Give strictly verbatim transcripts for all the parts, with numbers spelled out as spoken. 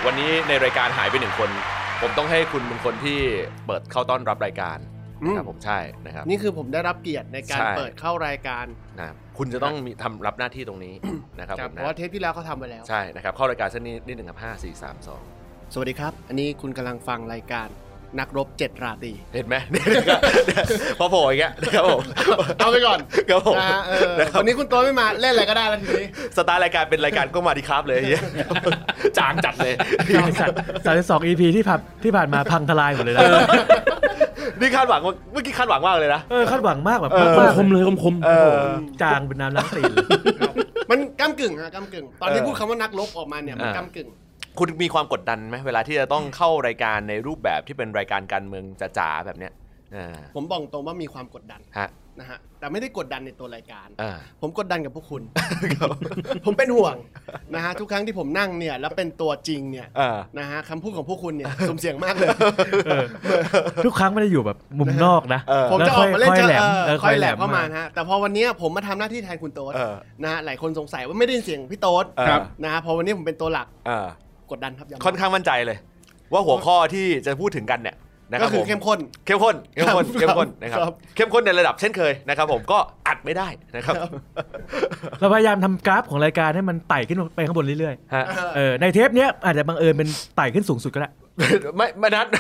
วันนี้ในรายการหายไปหนึ่งคนผมต้องให้คุณเป็นคนที่เปิดเข้าต้อนรับรายการนะครับผมใช่นะครับนี่คือผมได้รับเกียรติในการเปิดเข้ารายการนะคุณจะต้องมีทำรับหน้าที่ตรงนี้นะครับผมเพราะว่าเทปที่แล้วเขาทำไปแล้วใช่นะครับเข้ารายการสักนิดหนึ่งครับห้าสี่สามสองสวัสดีครับอันนี้คุณกำลังฟังรายการนักรบเจ็ดราตรีเห็นไหมพอโผล่อีกแล้วนะครับผมเอาไปก่อนครับผมวันนี้คุณโต้ไม่มาเล่นอะไรก็ได้แล้วทีนี้สตาร์รายการเป็นรายการก็มาดีครับเลยจางจัดเลยสามสิบสอง อี พี ที่ผ่านที่ผ่านมาพังทลายหมดเลยนะนี่คาดหวังเมื่อกี้คาดหวังมากเลยนะเออคาดหวังมากแบบคมๆเลยคมๆจางเป็นน้ำล้างตีนมันก้ำกึ่งฮะก้ำกึ่งตอนที่พูดคำว่านักรบออกมาเนี่ยมันก้ำกึ่งคุณมีความกดดันไหมเวลาที่จะต้องเข้ารายการในรูปแบบที่เป็นรายการการเมืองจ๋าๆแบบเนี้ยผมบอกตรงว่ามีความกดดันนะฮะแต่ไม่ได้กดดันในตัวรายการผมกดดันกับพวกคุณผมเป็นห่วงนะฮะทุกครั้งที่ผมนั่งเนี่ยแล้วเป็นตัวจริงเนี่ยนะฮะคำพูดของพวกคุณเนี่ยสุ่มเสี่ยงมากเลยทุกครั้งไม่ได้อยู่แบบมุมนอกนะผมจะออกมาเล่นแหลมค่อยแหลมเข้ามาฮะแต่พอวันนี้ผมมาทำหน้าที่แทนคุณโต๊ดนะฮะหลายคนสงสัยว่าไม่ได้ยินเสียงพี่โต๊ดนะฮะพอวันนี้ผมเป็นตัวหลักกดดันครับค่อนข้างมั่นใจเลยว่าหัวข้อที่จะพูดถึงกันเนี่ยก็คือเข้มข้นเข้มข้นเข้มข้นเข้มข้นนะครับเข้มข้นในระดับเช่นเคยนะครับผมก็อัดไม่ได้นะครับเราพยายามทำกราฟของรายการให้มันไต่ขึ้นไปข้างบนเรื่อยๆเออในเทปเนี้ยอาจจะบังเอิญเป็นไต่ขึ้นสูงสุดก็ได้ไม่ไม่นัด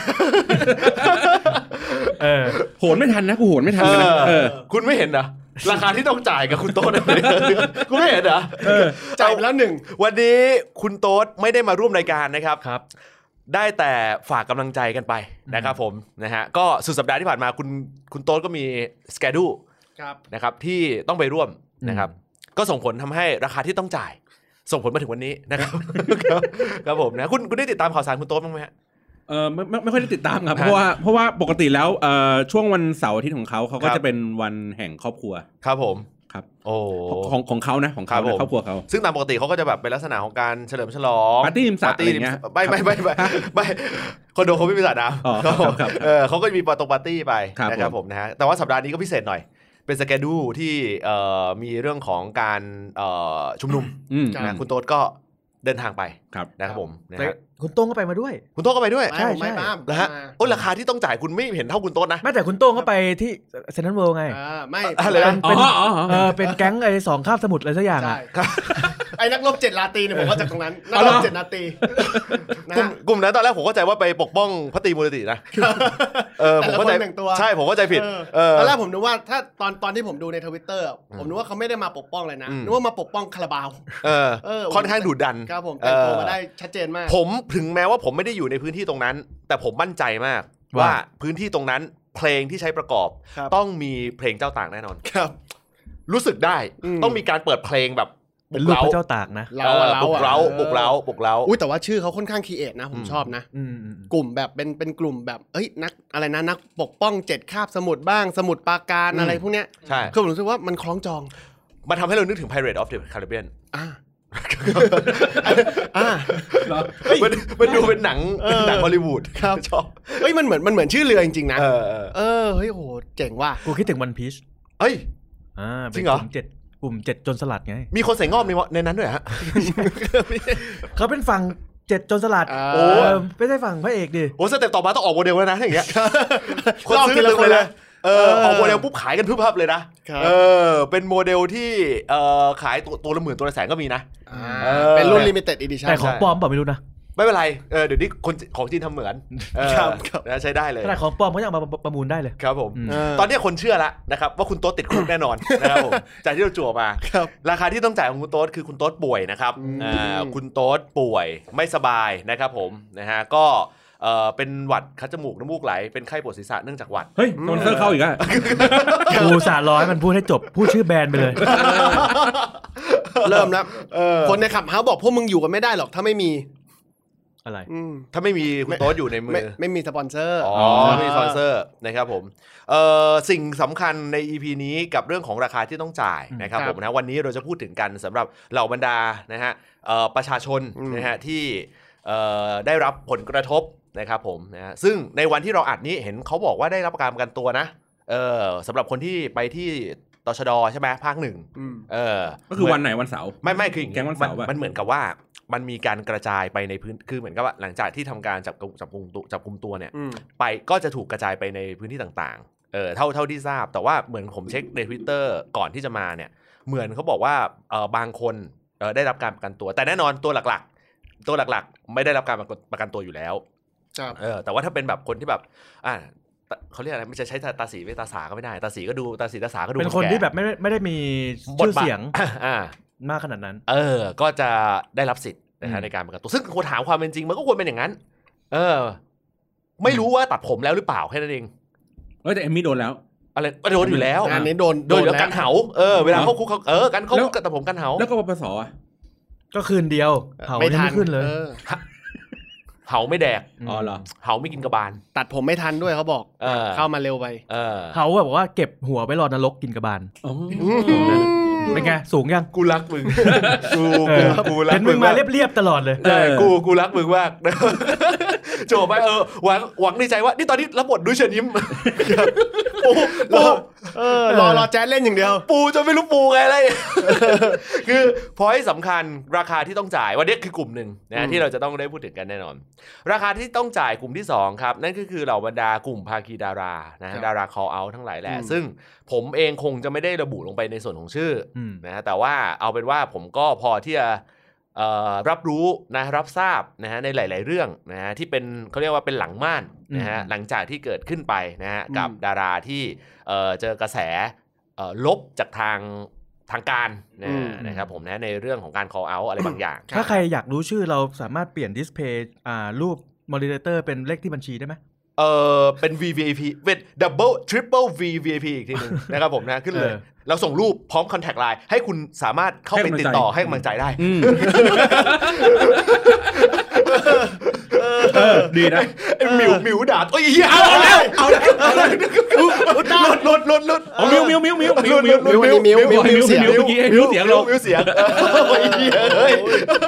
เออโหนไม่ทันนะกูโหนไม่ทันนะคุณไม่เห็นเหรอราคาที่ต้องจ่ายกับคุณโต๊ดคุณไม่เห็นเหรอจ่ายไปแล้วหนึ่งวันนี้คุณโต๊ดไม่ได้มาร่วมรายการนะครับครับได้แต่ฝากกำลังใจกันไปนะครับผมนะฮะก็สุดสัปดาห์ที่ผ่านมาคุณคุณโต๊ดก็มีสเกดูนะครับที่ต้องไปร่วมนะครับก็ส่งผลทำให้ราคาที่ต้องจ่ายส่งผลมาถึงวันนี้นะครับครับผมนะคุณคุณได้ติดตามข่าวสารคุณโต๊ดบ้างไหมฮะเออไม่ไม่ค่อยได้ติดตามครับเพราะว่าเพราะว่าปกติแล้วเอ่อช่วงวันเสาร์อาทิตย์ของเขาเขาก็จะเป็นวันแห่งครอบครัวครับผมครับโอ้ของของเขานะของเขาครอบครัวเขาซึ่งตามปกติเขาก็จะแบบเป็นลักษณะของการเฉลิมฉลองปาร์ตี้ริมสระอะไรเงี้ยไม่ไม่ไม่ไม่คอนโดเขาไม่มีสระน้ำเออเขาก็จะมีปาร์ตี้ปาร์ตี้ไปนะครับผมนะฮะแต่ว่าสัปดาห์นี้ก็พิเศษหน่อยเป็นสเกดูที่มีเรื่องของการชุมนุมนะคุณโต๊ดก็เดินทางไปนะครับผมนะฮะคุณโต้งก็ไปมาด้วยคุณโต้งก็ไปด้วยใช่ใช่นะฮะโอ้ราคาที่ต้องจ่ายคุณไม่เห็นเท่าคุณโต้งนะไม่แต่คุณโต้งก็ไปที่เซ็นทรัลเวิลด์ไงไม่เป็นเป็นเออเป็นแก๊งไอ้สองคาบสมุทรอะไรสักอย่างอ่ะไอ้นักรบเจ็ดราตรีเนี่ยผมว่าจากตรงนั้นนักรบเจ็ดราตรีกลุ่มนั้นตอนแรกผมเข้าใจว่าไปปกป้องพระตรีมูลตินะเออผมเข้าใจใช่ผมเข้าใจผิดตอนแรกผมนึกว่าถ้าตอนตอนที่ผมดูใน Twitter ผมนึกว่าเขาไม่ได้มาปกป้องเลยนะนึกว่ามาปกป้องคาราบาวเออค่อนข้างดุดันครับผมแต่งตัวมาได้ชัดเจนมากผมถึงแม้ว่าผมไม่ได้อยู่ในพื้นที่ตรงนั้นแต่ผมมั่นใจมากว่าพื้นที่ตรงนั้นเพลงที่ใช้ประกอบต้องมีเพลงเจ้าตากแน่นอนครับรู้สึกได้ต้องมีการเปิดเพลงแบบเป็นรูปพระเจ้าตากนะเราเราปลุกเร้าปลุกเร้าปลุกเร้าอุ้ยแต่ว่าชื่อเขาค่อนข้างครีเอทนะผมชอบนะกลุ่มแบบเป็นเป็นกลุ่มแบบเอ้ยนักอะไรนะนักปกป้องเจ็ดคาบสมุทรบ้างสมุทรปราการอะไรพวกเนี้ยใช่คือผมรู้สึกว่ามันคล้องจองมันทำให้เรานึกถึง Pirates of the Caribbean อ่ามันมันดูเป็นหนังหนังฮอลลีวูดครับชอบเฮ้ยมันเหมือนมันเหมือนชื่อเรือจริงๆนะเออเออเฮ้ยโหเจ๋งว่ะกูคิดถึงวันพีชเฮ้ยอ่าจริงเหรอกลุ่มเจ็ดกลุ่มเจ็ดจนสลัดไงมีคนใส่งอบในในนั้นด้วยฮะเขาเป็นฝั่งเจ็ดจนสลัดโอ้ไม่ใช่ฝั่งพระเอกดิโอ้สเต็ปต่อมาต้องออกโมเดลแล้วนะอย่างเงี้ยคนซื้อทีละคนเลยเออออกโมเดลปุ๊บขายกันพึบพับเลยนะเออเป็นโมเดลที่เอ่อขายตัวตัวละหมื่นตัวละแสนก็มีนะเป็นรุ่น limited edition แต่ของปลอมเปล่าไม่รู้นะไม่เป็นไรเออเดี๋ยวนี้คนของจีนทำเหมือนครับใช้ได้เลยขนาดของปลอมเขายังมาประมูลได้เลยครับผมตอนนี้คนเชื่อแล้วนะครับว่าคุณโต๊ดติดคุกแน่นอนนะครับผมจากที่เราจั่วมาราคาที่ต้องจ่ายของคุณโต๊ดคือคุณโต๊ดป่วยนะครับคุณโต๊ดป่วยไม่สบายนะครับผมนะฮะก็เอ่อเป็นหวัดคัดจมูกน้ำมูกไหลเป็นไข้ปวดศีรษะเนื่องจากหวัดเฮ้ยสปอนเซอร์เข้าอีกอ่ะกูสาร้อยมันพูดให้จบพูดชื่อแบรนด์ไปเลยเริ่มแล้วคนในขับเฮาบอกพวกมึงอยู่กันไม่ได้หรอกถ้าไม่มีอะไรถ้าไม่มีคุณโต๊ดอยู่ในมือไม่มีสปอนเซอร์อ๋อไม่มีสปอนเซอร์นะครับผมเอ่อสิ่งสำคัญใน อี พี นี้กับเรื่องของราคาที่ต้องจ่ายนะครับผมนะวันนี้เราจะพูดถึงกันสำหรับเหล่าบรรดานะฮะเอ่อประชาชนนะฮะที่เอ่อได้รับผลกระทบนะครับผมนะฮะซึ่งในวันที่เราอัดนี้เห็นเขาบอกว่าได้รับการประกันตัวนะเออสำหรับคนที่ไปที่ตชดใช่ไหมภาคหนึ่งเออก็คือวันไหนวันเสาร์ไม่ไม่คือแก๊งวันเสาร์มันเหมือนกับว่ามันมีการกระจายไปในพื้นคือเหมือนกับว่าหลังจากที่ทำการจับจับกุมตัวจับกุมตัวเนี่ยไปก็จะถูกกระจายไปในพื้นที่ต่างๆเออเท่าเท่าที่ทราบแต่ว่าเหมือนผมเช็คใน Twitter ก่อนที่จะมาเนี่ยเหมือนเขาบอกว่าเออบางคนเออได้รับการประกันตัวแต่แน่นอนตัวหลักๆตัวหลักๆไม่ได้รับการประกันตัวอยู่แล้วเออแต่ว่าถ้าเป็นแบบคนที่แบบอ่าเขาเรียกอะไรไม่ใช่ใช้ตาสีไม่ตาสาก็ไม่ได้ตาสีก็ดูตาสีตาสาก็ดูเป็นคนที่แบบไม่ไม่ได้มีชื่อเสียงมากขนาดนั้นเออก็จะได้รับสิทธิ์นะฮะในการประกันตัวซึ่งคนถามความเป็นจริงมันก็ควรเป็นอย่างนั้นเออไม่รู้ว่าตัดผมแล้วหรือเปล่าแค่นั้นเองเออแต่เอมมี่โดนแล้วอะไรโดนอยู่แล้วอันนี้โดนโดนแล้วกันเหาเออเวลาเข้าคุกเขาเออกันเข้าคุกแต่ผมกันเหาแล้วก็ปปสก็คืนเดียวเหาไม่ทันขึ้นเลยเหาไม่แดกอ๋อเหรอเหาไม่กินกระบาลตัดผมไม่ทันด้วยเขาบอกเข้ามาเร็วไปเหาแบบว่าเก็บหัวไว้รอนรกกินกระบาลเป็นไงสูงยังกูรักมึงกูกูรักมึงมาเรียบๆตลอดเลยใช่กูกูรักมึงมากโจไปเออหวังหวังในใจว่านี่ตอนนี้รับบทด้วยเชิญยิ้มปูปูเออรอรอแจ๊สเล่นอย่างเดียวปูจนไม่รู้ปูไงอะไรคือพอยสำคัญราคาที่ต้องจ่ายวันนี้คือกลุ่มหนึ่งนะที่เราจะต้องได้พูดถึงกันแน่นอนราคาที่ต้องจ่ายกลุ่มที่สองครับนั่นก็คือเหล่าบรรดากลุ่มภาคีดารานะดารา call out ทั้งหลายแหละซึ่งผมเองคงจะไม่ได้ระบุลงไปในส่วนของชื่อนะแต่ว่าเอาเป็นว่าผมก็พอที่จะรับรู้นะรับทราบนะฮะในหลายๆเรื่องนะฮะที่เป็นเขาเรียกว่าเป็นหลังม่านนะฮะหลังจากที่เกิดขึ้นไปนะฮะกับดาราที่เจอกระแสลบจากทางทางการนะครับผมนะในเรื่องของการ call out อะไรบางอย่างถ้าใครอยากรู้ชื่อเราสามารถเปลี่ยนดิสเพย์รูป moderator เป็นเลขที่บัญชีได้ไหมเออเป็น วี วี ไอ พี เป็น double triple วี วี ไอ พี อีกทีนึงนะครับผมนะขึ้นเลยเราส่งรูปพร้อม contact line ให้คุณสามารถเข้าไปติดต่อให้กำลังใจได้ดีนะไอ้มิวมิวด่าโอ้ยเหี้ยเอาแล้วเอาแล้วเอาแล้วหลุดหลุดหลุดอ๋อมิวมิวมิวมิวมิวมิวมิวมิวมิวมิวมิวเสียงเมื่อกี้มิวเสียงลงมิวเสียงโอ้ยเหี้ยเฮ้ย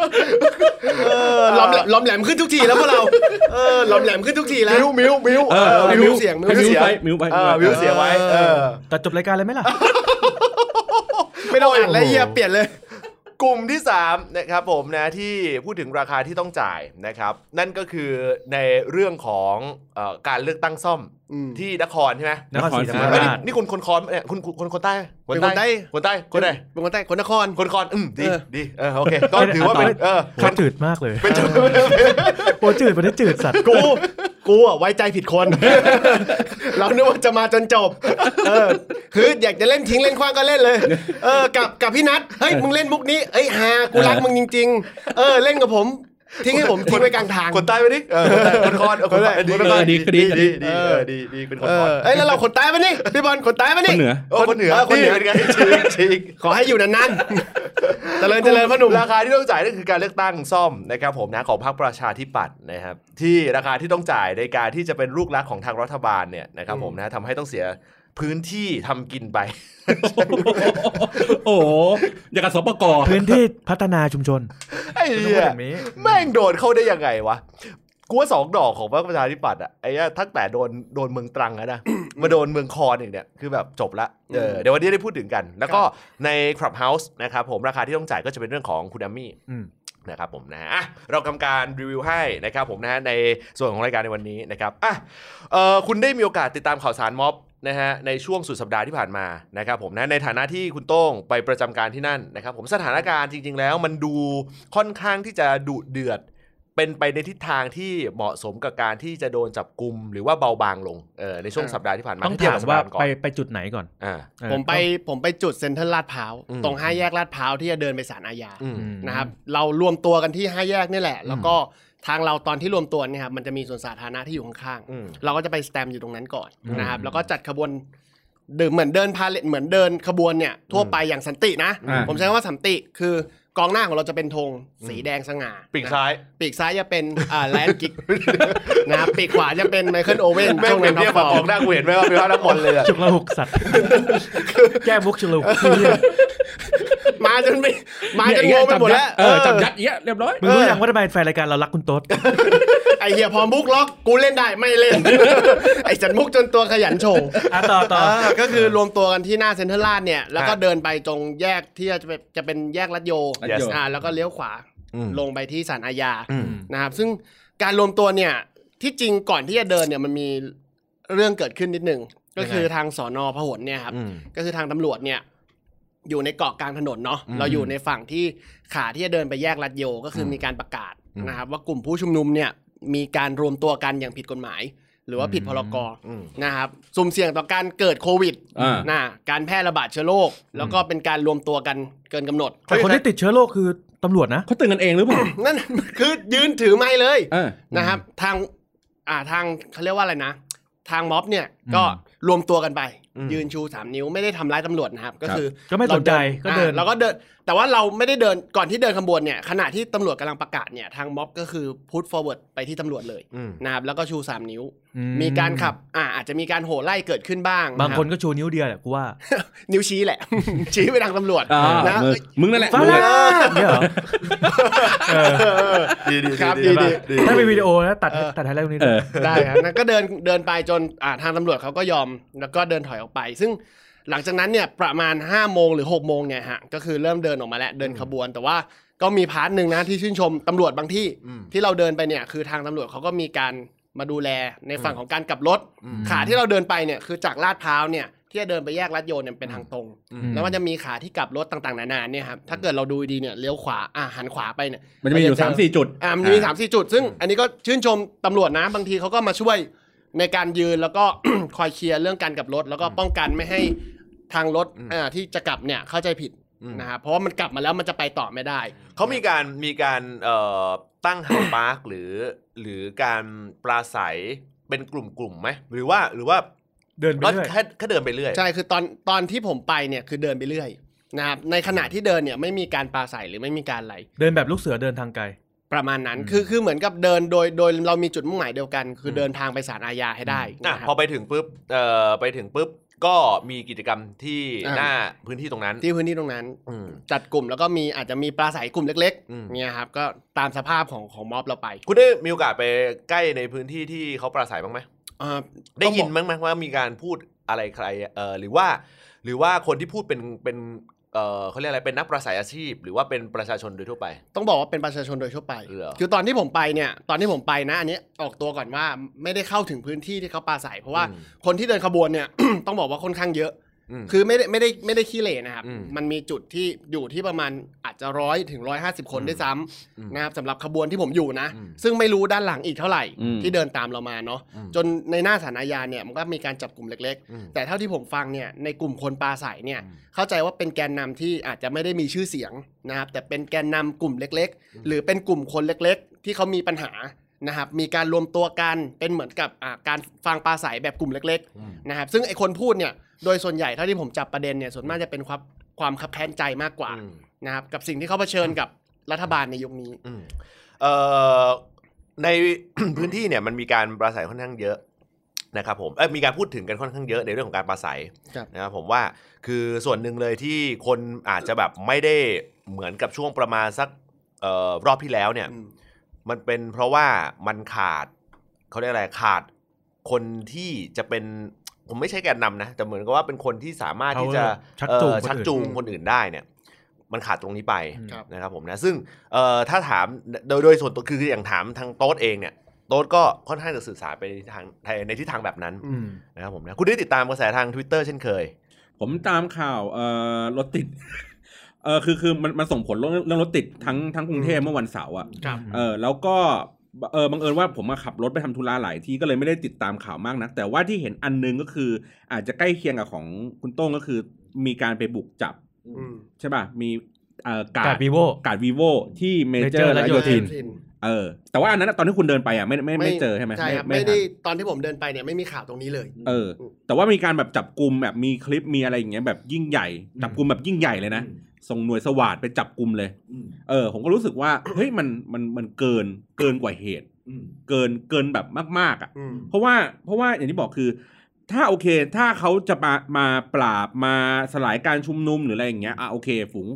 ล้อมล้อมแหลมขึ้นทุกทีแล้วพวกเราเออล้อมแหลมขึ้นทุกทีแล้วมิวมิวมิวมิวเสียงมิวเสียงมิวไปมิวเสียงไว้เออตัดจบรายการเลยไหมล่ะไม่ต้องอ่านแล้วเหี้ยเปลี่ยนเลยกลุ่มที่สามนะครับผมนะที่พูดถึงราคาที่ต้องจ่ายนะครับนั่นก็คือในเรื่องของเอ่อการเลือกตั้งซ่อมที่นครใช่ไหมนครศรีธรรมราชนี่คุณคนคอนเนี่ยคุณคนคนใต้คนใต้คนใต้คนไหนเป็นคนใต้คนนครคนคอนอืมดีดีเออโอเคก็ถือว่าเป็นเออคนจืดมากเลยเป็นจืดโอ้จืดเป็นจืดสัตว์กูกูอ่ะไว้ใจผิดคนเรานึกว่าจะมาจนจบเออคืออยากจะเล่นทิ้งเล่นขว้างก็เล่นเลยเออกับกับพี่นัทเฮ้ยมึงเล่นมุกนี้เอ้ยฮากูรักมึงจริงๆเออเล่นกับผมทิ้งให้ผมทิ้งไว้กลางทางคนใต้ไปดิเออคนคอนคนใต้ดีดีดีดีดีดีดีเป็นคนคอนเอ้ยแล้วเราคนใต้ป่ะนี่พี่บอลคนใต้ป่ะนี่คนเหนือคนเหนือคนเหนือเป็นไงชิงขอให้อยู่นานๆเจริญเจริญพ่อหนุ่มราคาที่ต้องจ่ายนั่นคือการเลือกตั้งซ่อมนะครับผมนะของพรรคประชาธิปัตย์นะครับที่ราคาที่ต้องจ่ายในการที่จะเป็นลูกรักของทางรัฐบาลเนี่ยนะครับผมนะทำให้ต้องเสียพื้นที่ทำกินไปโอ้โหอย่างกับสปก. พื้นที่พัฒนาชุมชนไอ้เหี้ยแม่งโดนเข้าได้ยังไงวะกูว่าสองดอกของพรรคประชาธิปัตย์อ่ะไอ้เนี่ยตั้งแต่โดนโดนเมืองตรังแล้วนะมาโดนเมืองคอนอีกเนี่ยคือแบบจบละเออเดี๋ยววันนี้ได้พูดถึงกันแล้วก็ใน Clubhouse นะครับผมราคาที่ต้องจ่ายก็จะเป็นเรื่องของคุณแอมมี่นะครับผมนะฮะเราทำการรีวิวให้นะครับผมนะในส่วนของรายการในวันนี้นะครับอ่ะเอ่อคุณได้มีโอกาสติดตามข่าวสารม็อบนะฮะในช่วงสุดสัปดาห์ที่ผ่านมานะครับผมนะในฐานะที่คุณโต้งไปประจำการที่นั่นนะครับผมสถานการณ์จริงๆแล้วมันดูค่อนข้างที่จะดุเดือดเป็นไปในทิศทางที่เหมาะสมกับการที่จะโดนจับกุมหรือว่าเบาบางลงเออในช่วงสัปดาห์ที่ผ่านมาต้องถามว่าไปไปจุดไหนก่อนอ่าผมไปผมไปจุดเซ็นทรัลลาดพร้าวตรงห้าแยกลาดพร้าวที่จะเดินไปศาลอาญานะครับเรารวมตัวกันที่ห้าแยกนี่แหละแล้วก็ทางเราตอนที่รวมตัวเนี่ยครับมันจะมีสวนสาธารณะที่อยู่ข้างๆเราก็จะไปสแตมป์อยู่ตรงนั้นก่อนนะครับแล้วก็จัดขบวนเดินเหมือนเดินพาเลทเหมือนเดินขบวนเนี่ยทั่วไปอย่างสันตินะผมใช้คำว่าสันติคือกองหน้าของเราจะเป็นธงสีแดงสง่าปีกซ้ายปีกซ้ายจะเป็นอ่าแลนด์กิกนะครับปีกขวาจะเป็นไมเคิลโอเว่นช่วงนั้นท็อปฟอร์มกองหน้ากูเห็นไหมว่าเป็นนักบอลเลยอ่ะจุกละหุกสัตว์แก้มุกจุกละหุกมาจนไม่มาจนงงไปหมดแล้วเออจับยัดเอี้ยเรียบร้อยมึงรู้ยังว่าทำไมแฟนรายการเรารักคุณโต๊ดไอเหี้ยพอมุกล็อกกูเล่นได้ไม่เล่น ไอสันมุกจนตัวขยันโชว์อ่ะต่อต่อก็คือรวมตัวกันที่หน้าเซ็นทรัลลาดเนี่ยแล้วก็เดินไปตรงแยกที่จะจะเป็นแยกลัดโยอ่าแล้วก็เลี้ยวขวาลงไปที่ศาลอาญานะครับซึ่งการรวมตัวเนี่ยที่จริงก่อนที่จะเดินเนี่ยมันมีเรื่องเกิดขึ้นนิดนึงก็คือทางสน.พหลเนี่ยครับก็คือทางตำรวจเนี่ยอยู่ในเกาะกลางถนนเนาะเราอยู่ในฝั่งที่ขาที่จะเดินไปแยกลัดโยก็คือมีการประกาศนะครับว่ากลุ่มผู้ชุมนุมเนี่ยมีการรวมตัวกันอย่างผิดกฎหมายหรือว่าผิดพรกนะครับสุ่มเสี่ยงต่อการเกิดโควิดนะการแพร่ระบาดเชื้อโรคแล้วก็เป็นการรวมตัวกันเกินกำหนดแต่คนที่ติดเชื้อโรคคือตำรวจนะเขาเตือนกันเองหรือเปล่านั่นคือยืนถือไม้เลยนะครับทางอ่าทางเขาเรียกว่าอะไรนะทางม็อบเนี่ยก็รวมตัวกันไปยืนชูสามนิ้วไม่ได้ทำร้ายตำรวจนะครับก็คือก็ไม่สนใจก็เดินเราก็เดินแต่ว่าเราไม่ได้เดินก่อนที่เดินขบวนเนี่ยขณะที่ตำรวจกำลังประกาศเนี่ยทางม็อบก็คือพุท forward ไปที่ตำรวจเลยนะครับแล้วก็ชูสามนิ้วมีการขับอ่าอาจจะมีการโห่ไล่เกิดขึ้นบ้างบางคนก็ชูนิ้วเดียวแหละกูว่านิ้วชี้แหละชี้ไปทางตำรวจนะมึงนั่นแหละเนี่ยเหรอดีดีครับดีดีถ้าเป็นวิดีโอนะตัดตัดให้แล้วนี้ได้ครับนั่นก็เดินเดินไปจนอ่าทางตำรวจเขาก็ยอมแล้วก็เดินถอยออกไปซึ่งหลังจากนั้นเนี่ยประมาณห้าโมงหรือหกโมงเนี่ยฮะก็คือเริ่มเดินออกมาแล้วเดินขบวนแต่ว่าก็มีพาร์ทนึงนะที่ชื่นชมตำรวจบางที่ที่เราเดินไปเนี่ยคือทางตำรวจเขาก็มีการมาดูแลในฝั่งของการกลับรถขาที่เราเดินไปเนี่ยคือจากลาดพร้าวเนี่ยที่จะเดินไปแยกลัดโยนเนี่ยเป็นทางตรงแล้วมันจะมีขาที่กลับรถต่างๆนานาเนี่ยครับถ้าเกิดเราดูดีเนี่ยเลี้ยวขวาอ่ะหันขวาไปเนี่ยมันจะมีอยู่ สามสี่ จุดอ่ะมันมี สามสี่ จุดซึ่งอันนี้ก็ชื่นชมตำรวจนะบางทีเขาก็มาช่วยในการยืนแล้วก็ คอยเคลียร์เรื่องการกลับรถแล้วก็ป้องกันไม่ให้ทางรถที่จะกลับเนี่ยเข้าใจผิดนะครับเพราะว่ามันกลับมาแล้วมันจะไปต่อไม่ได้เขามีการมีการเอ่อตั้งไฮปาร์คหรือหรือการปราศัยเป็นกลุ่มๆไหมหรือว่าหรือว่าเดินไปเรื่อยแค่แค่เดินไปเรื่อยใช่คือตอนตอนที่ผมไปเนี่ยคือเดินไปเรื่อยนะครับในขณะที่เดินเนี่ยไม่มีการปราศัยหรือไม่มีการอะไรเดินแบบลูกเสือเดินทางไกลประมาณนั้นคือคือเหมือนกับเดินโดยโดยเรามีจุดมุ่งหมายเดียวกันคือเดินทางไปศาลอาญาให้ได้อ่ะพอไปถึงปุ๊บเอ่อไปถึงปุ๊บก็มีกิจกรรมที่หน้าพื้นที่ตรงนั้นที่พื้นที่ตรงนั้นจัดกลุ่มแล้วก็มีอาจจะมีปราศัยกลุ่มเล็กๆเนี่ยครับก็ตามสภาพของของม็อบเราไปคุณได้มีโอกาสไปใกล้ในพื้นที่ที่เขาปราศัยบ้างไหมได้ยินบ้างไหมว่ามีการพูดอะไรใครเอ่อหรือว่าหรือว่าคนที่พูดเป็นเป็นเอ่อเขาเรียกอะไรเป็นนักปราศัยอาชีพหรือว่าเป็นประชาชนโดยทั่วไปต้องบอกว่าเป็นประชาชนโดยทั่วไปคือตอนที่ผมไปเนี่ยตอนที่ผมไปนะอันนี้ออกตัวก่อนว่าไม่ได้เข้าถึงพื้นที่ที่เขาปราศัยเพราะว่าคนที่เดินขบวนเนี่ย ต้องบอกว่าค่อนข้างเยอะคือไม่ได้ไม่ได้ไม่ได้ขี้เหร่นะครับมันมีจุดที่อยู่ที่ประมาณอาจจะร้อยถึงร้อยห้าสิบคนได้ซ้ำนะครับสำหรับขบวนที่ผมอยู่นะซึ่งไม่รู้ด้านหลังอีกเท่าไหร่ที่เดินตามเรามาเนาะจนในหน้าศาลอาญาเนี่ยมันก็มีการจับกลุ่มเล็กๆแต่เท่าที่ผมฟังเนี่ยในกลุ่มคนปราศัยเนี่ยเข้าใจว่าเป็นแกนนำที่อาจจะไม่ได้มีชื่อเสียงนะครับแต่เป็นแกนนำกลุ่มเล็กๆหรือเป็นกลุ่มคนเล็กๆที่เขามีปัญหานะครับมีการรวมตัวกันเป็นเหมือนกับการฟังปราศัยแบบกลุ่มเล็กๆนะครับซึ่งไอ้คนพูดเนี่ยโดยส่วนใหญ่เท่าที่ผมจับประเด็นเนี่ยส่วนมากจะเป็นความความคับแค้นใจมากกว่านะครับกับสิ่งที่เขาเผชิญกับรัฐบาลในยุคนี้ใน พื้นที่เนี่ยมันมีการปราศัยค่อนข้างเยอะนะครับผมเอ้ยมีการพูดถึงกันค่อนข้างเยอะในเรื่องของการปราศัยนะครับผมว่าคือส่วนหนึ่งเลยที่คนอาจจะแบบไม่ได้เหมือนกับช่วงประมาณสักเอ่อรอบที่แล้วเนี่ยมันเป็นเพราะว่ามันขาดเขาเรียกอะไรขาดคนที่จะเป็นผมไม่ใช่แกนนำนะแต่เหมือนกับว่าเป็นคนที่สามารถที่จะชักจูงชักจูงคนอื่นได้เนี่ยมันขาดตรงนี้ไปนะครับผมนะซึ่งถ้าถามโดยโดยส่วนตัวคืออย่างถามทางโต๊ดเองเนี่ยโต๊ดก็ค่อนข้างจะสื่อสารไปในทางในทิศทางแบบนั้นนะครับผมนะคุณได้ติดตามกระแสทาง Twitter เช่นเคยผมตามข่าวรถติดเออคือคือมันมันส่งผลเรื่องเรื่องรถติดทั้งทั้งกรุงเทพเมื่อวันเสาร์อ่ะเออแล้วก็เออบังเอิญว่าผมมาขับรถไปทำธุระหลายที่ก็เลยไม่ได้ติดตามข่าวมากนักแต่ว่าที่เห็นอันนึงก็คืออาจจะใกล้เคียงกับของคุณโต้งก็คือมีการไปบุกจับใช่ป่ะมีเอ่อการ์ด Vivo การ์ด Vivo ที่เมเจอร์และโยธินเออแต่ว่าอันนั้นตอนที่คุณเดินไปอ่ะไม่ไม่ไม่เจอใช่ไหมใช่ครับไม่ได้ตอนที่ผมเดินไปเนี่ยไม่มีข่าวตรงนี้เลยเออแต่ว่ามีการแบบจับกุมแบบมีคลิปมีอะไรอย่างเงี้ยแบบยิ่งใหญ่จับกุมแบบยิ่งใหญ่เลยนะส่งหน่วยสวาทไปจับกุมเลยเออผมก็รู้สึกว่าเฮ้ยมันมันมันเกินเกินกว่าเหตุเกินเกินแบบมากๆอ่ะเพราะว่าเพราะว่าอย่างที่บอกคือถ้าโอเคถ้าเขาจะมามาปราบมาสลายการชุมนุมหรืออะไรอย่างเงี้ยอ่ะโอเคฝูง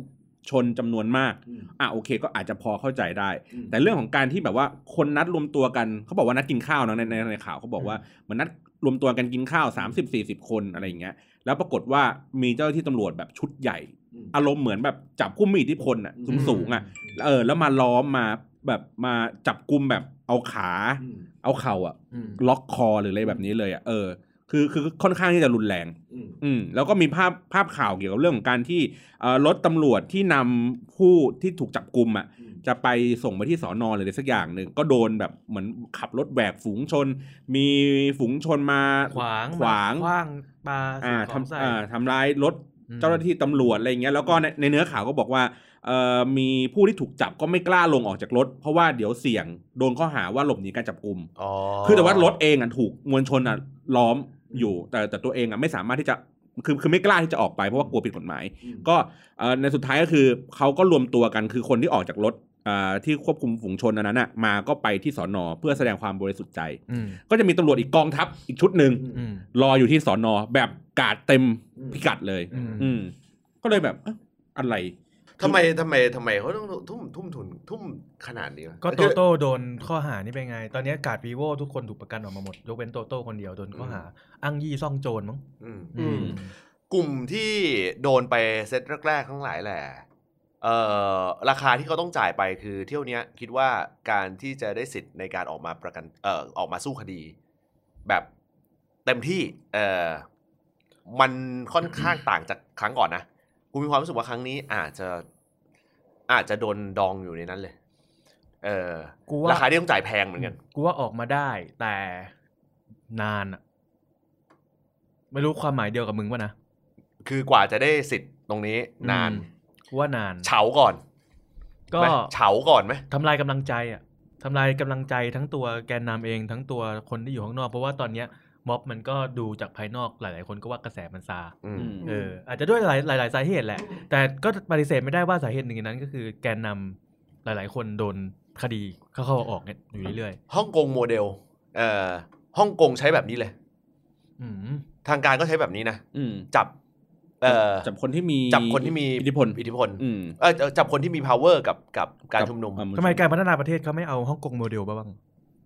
ชนจำนวนมากอ่ะโอเคก็อาจจะพอเข้าใจได้แต่เรื่องของการที่แบบว่าคนนัดรวมตัวกันเขาบอกว่านัดกินข้าวนะในในในข่าวเขาบอกว่าเหมือนนัดรวมตัวกันกินข้าว สามสิบสี่สิบ คนอะไรอย่างเงี้ยแล้วปรากฏว่ามีเจ้าหน้าที่ตำรวจแบบชุดใหญ่อารมณ์เหมือนแบบจับผู้มีอิทธิพลอ่ะสูงๆอ่ะเออแล้วมาล้อมมาแบบมาจับกุมแบบเอาขาเอาเข่าอ่ะล็อกคอหรืออะไรแบบนี้เลยอ่ะเออคือคือค่อนข้างที่จะรุนแรงอืมแล้วก็มีภาพภาพข่าวเกี่ยวกับเรื่องของการที่เอ่อรถตำรวจที่นำผู้ที่ถูกจับกุมอ่ะจะไปส่งไปที่สอนอหรืออะไรสักอย่างหนึ่งก็โดนแบบเหมือนขับรถแหวกฝูงชนมีฝูงชนมาขวางขวางขว้างปาอ่าทำอ่าทำร้ายรถเจ้าหน้าที่ตำรวจอะไรอย่างเงี้ยแล้วก็ในในเนื้อข่าวก็บอกว่าเอ่อมีผู้ที่ถูกจับก็ไม่กล้าลงออกจากรถเพราะว่าเดี๋ยวเสี่ยงโดนข้อหาว่าหลบหนีการจับกุมอ๋อคือแต่ว่ารถเองอ่ะถูกมวลชนอ่ะล้อมอยู่แต่แต่ตัวเองอ่ะไม่สามารถที่จะคือคือไม่กล้าที่จะออกไปเพราะว่ากลัวผิดกฎหมายก็เอ่อในสุดท้ายก็คือเขาก็รวมตัวกันคือคนที่ออกจากรถอ่าที่ควบคุมฝูงชนอันนั้นน่ะมาก็ไปที่สน.เพื่อแสดงความบริสุทธิ์ใจก็จะมีตำรวจอีกกองทัพอีกชุดนึงรออยู่ที่สน.แบบกาดเต็มพิกัดเลยอืมก็เลยแบบอะไรทำไมทำไมทำไมเขาต้องทุ่มทุ่มทุนทุ่มขนาดนี้ก็โตโต้โดนข้อหานี่เป็นไงตอนนี้กาดวีโวทุกคนถูกประกันออกมาหมดยกเว้นโตโต้คนเดียวโดนข้อหาอ้างยี่ซ่องโจรมั้งกลุ่มที่โดนไปเซตแรกๆทั้งหลายแหละเอ่อราคาที่เขาต้องจ่ายไปคือเที่ยวนี้คิดว่าการที่จะได้สิทธิ์ในการออกมาประกันเอ่อออกมาสู้คดีแบบเต็มที่เอ่อมันค่อนข้างต่างจากครั้งก่อนนะกูมีความรู้สึกว่าครั้งนี้อาจจะอาจจะโดนดองอยู่ในนั้นเลยเออกูว่าราคาที่ต้องจ่ายแพงเหมือนกันกูว่าออกมาได้แต่นานอ่ะไม่รู้ความหมายเดียวกับมึงป่ะนะคือกว่าจะได้สิทธิ์ตรงนี้นานกูว่านานเฉาก่อนก็เฉาก่อนไหมทำลายกำลังใจอ่ะทำลายกำลังใจทั้งตัวแกนนำเองทั้งตัวคนที่อยู่ข้างนอกเพราะว่าตอนเนี้ยม็อบมันก็ดูจากภายนอกหลายๆคนก็ว่ากระแสมันซาเอออาจจะด้วยหลายหลายสาเหตุแหละแต่ก็ปฏิเสธไม่ได้ว่าสาเหตุหนึ่งในนั้นก็คือแกนนำหลายๆคนโดนคดีเข้าๆออกเนี่ยอยู่เรื่อยๆฮ่องกงโมเดลเอ่อฮ่องกงใช้แบบนี้เลยทางการก็ใช้แบบนี้นะจับเอ่อจับคนที่มีจับคนที่มีอิทธิพลอิทธิพลเออจับคนที่มี power กับกับการชุมนุมทำไมการพัฒนาประเทศเขาไม่เอาฮ่องกงโมเดลบ้าง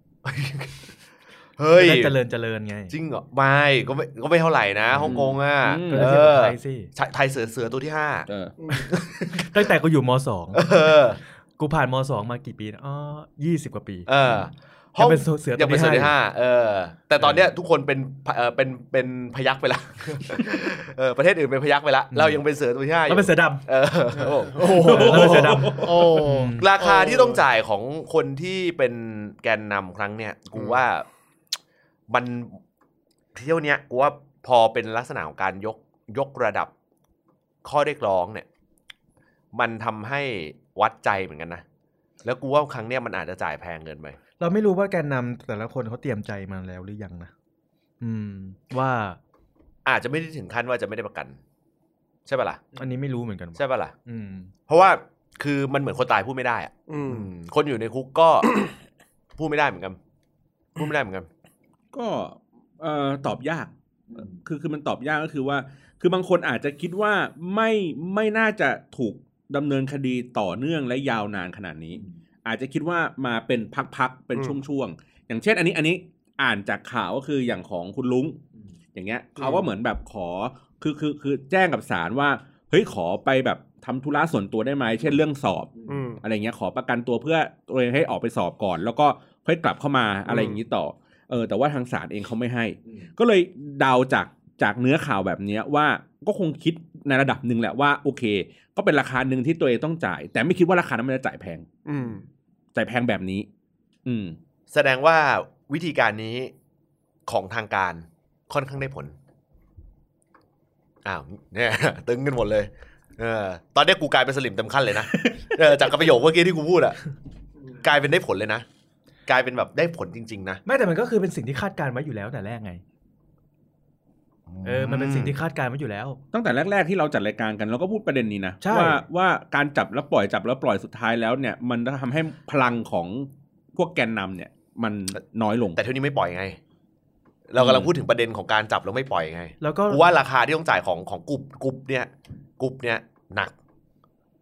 เฮ้ยเจริญเจริญไงจริงเหรอไม่ก็ไม่ก็ไม่เท่าไหร่นะฮ่องกงอ่ะเออไทยสิไทยเสือเสือตัวที่ห้าตั้งแต่กูอยู่ม.สองกูผ่านม.สองมากี่ปีนะอ๋อยี่สิบกว่าปีเออห้องเป็นเสือตัวที่ห้าเออแต่ตอนเนี้ยทุกคนเป็นเออเป็นเป็นพยัคฆ์ไปละเออประเทศอื่นเป็นพยัคฆ์ไปละเรายังเป็นเสือตัวที่ห้าอยู่เราเป็นเสือดำเออโอ้โหเราเป็นเสือดำโอ้ราคาที่ต้องจ่ายของคนที่เป็นแกนนำครั้งเนี้ยกูว่ามันเที่ยวเนี้ยกูว่าพอเป็นลักษณะของการยกยกระดับข้อเรียกร้องเนี่ยมันทำให้วัดใจเหมือนกันนะแล้วกูว่าครั้งเนี้ยมันอาจจะจ่ายแพงเกินไปเราไม่รู้ว่าแกนนำแต่ละคนเขาเตรียมใจมาแล้วหรือยังนะอืมว่าอาจจะไม่ได้ถึงขั้นว่าจะไม่ได้ประกันใช่ป่ะล่ะอันนี้ไม่รู้เหมือนกันใช่ป่ะล่ะอืมเพราะว่าคือมันเหมือนคนตายพูดไม่ได้อ่ะคนอยู่ในคุกก็ พูดไม่ได้เหมือนกันพูดไม่ได้เหมือนกันก็เอ่อตอบยากคือคือมันตอบยากก็คือว่าคือบางคนอาจจะคิดว่าไม่ไม่น่าจะถูกดำเนินคดีต่อเนื่องและยาวนานขนาดนี้อาจจะคิดว่ามาเป็นพักๆเป็นช่วงๆอย่างเช่นอันนี้อันนี้อ่านจากข่าวก็คืออย่างของคุณลุงอย่างเงี้ยเขาก็เหมือนแบบขอคือคือคือแจ้งกับศาลว่าเฮ้ยขอไปแบบทำธุระส่วนตัวได้ไหมเช่นเรื่องสอบอะไรเงี้ยขอประกันตัวเพื่อตัวเองให้ออกไปสอบก่อนแล้วก็ค่อยกลับเข้ามาอะไรอย่างนี้ต่อเออแต่ว่าทางศาลเองเขาไม่ให้ก็เลยเดาจากจากเนื้อข่าวแบบนี้ว่าก็คงคิดในระดับหนึ่งแหละว่าโอเคก็เป็นราคาหนึ่งที่ตัวเองต้องจ่ายแต่ไม่คิดว่าราคานั้นมันจะจ่ายแพงจ่ายแพงแบบนี้อืมแสดงว่าวิธีการนี้ของทางการค่อนข้างได้ผลอ้าวเนี่ยตึงกันหมดเลยเออตอนนี้กูกลายเป็นสลิมเต็มขั้นเลยนะเออจากประโยคเมื่อกี้ที่กูพูดอะกลายเป็นได้ผลเลยนะกลายเป็นแบบได้ผลจริงๆนะไม่แต่มันก็คือเป็นสิ่งที่คาดการไว้อยู่แล้วแต่แรกไงเออมันเป็นสิ่งที่คาดการไว้อยู่แล้วตั้งแต่แรกๆที่เราจัดรายการกันเราก็พูดประเด็นนี้นะว่าว่าการจับแล้วปล่อยจับแล้วปล่อยสุดท้ายแล้วเนี่ยมันจะทำให้พลังของพวกแกนนำเนี่ยมันน้อยลงแต่เท่านี้ไม่ปล่อยไงเรากำลังพูดถึงประเด็นของการจับแล้วไม่ปล่อยไงแล้วก็ว่าราคาที่ต้องจ่ายของของกลุ่มกลุ่มเนี่ยกลุ่มเนี่ยหนัก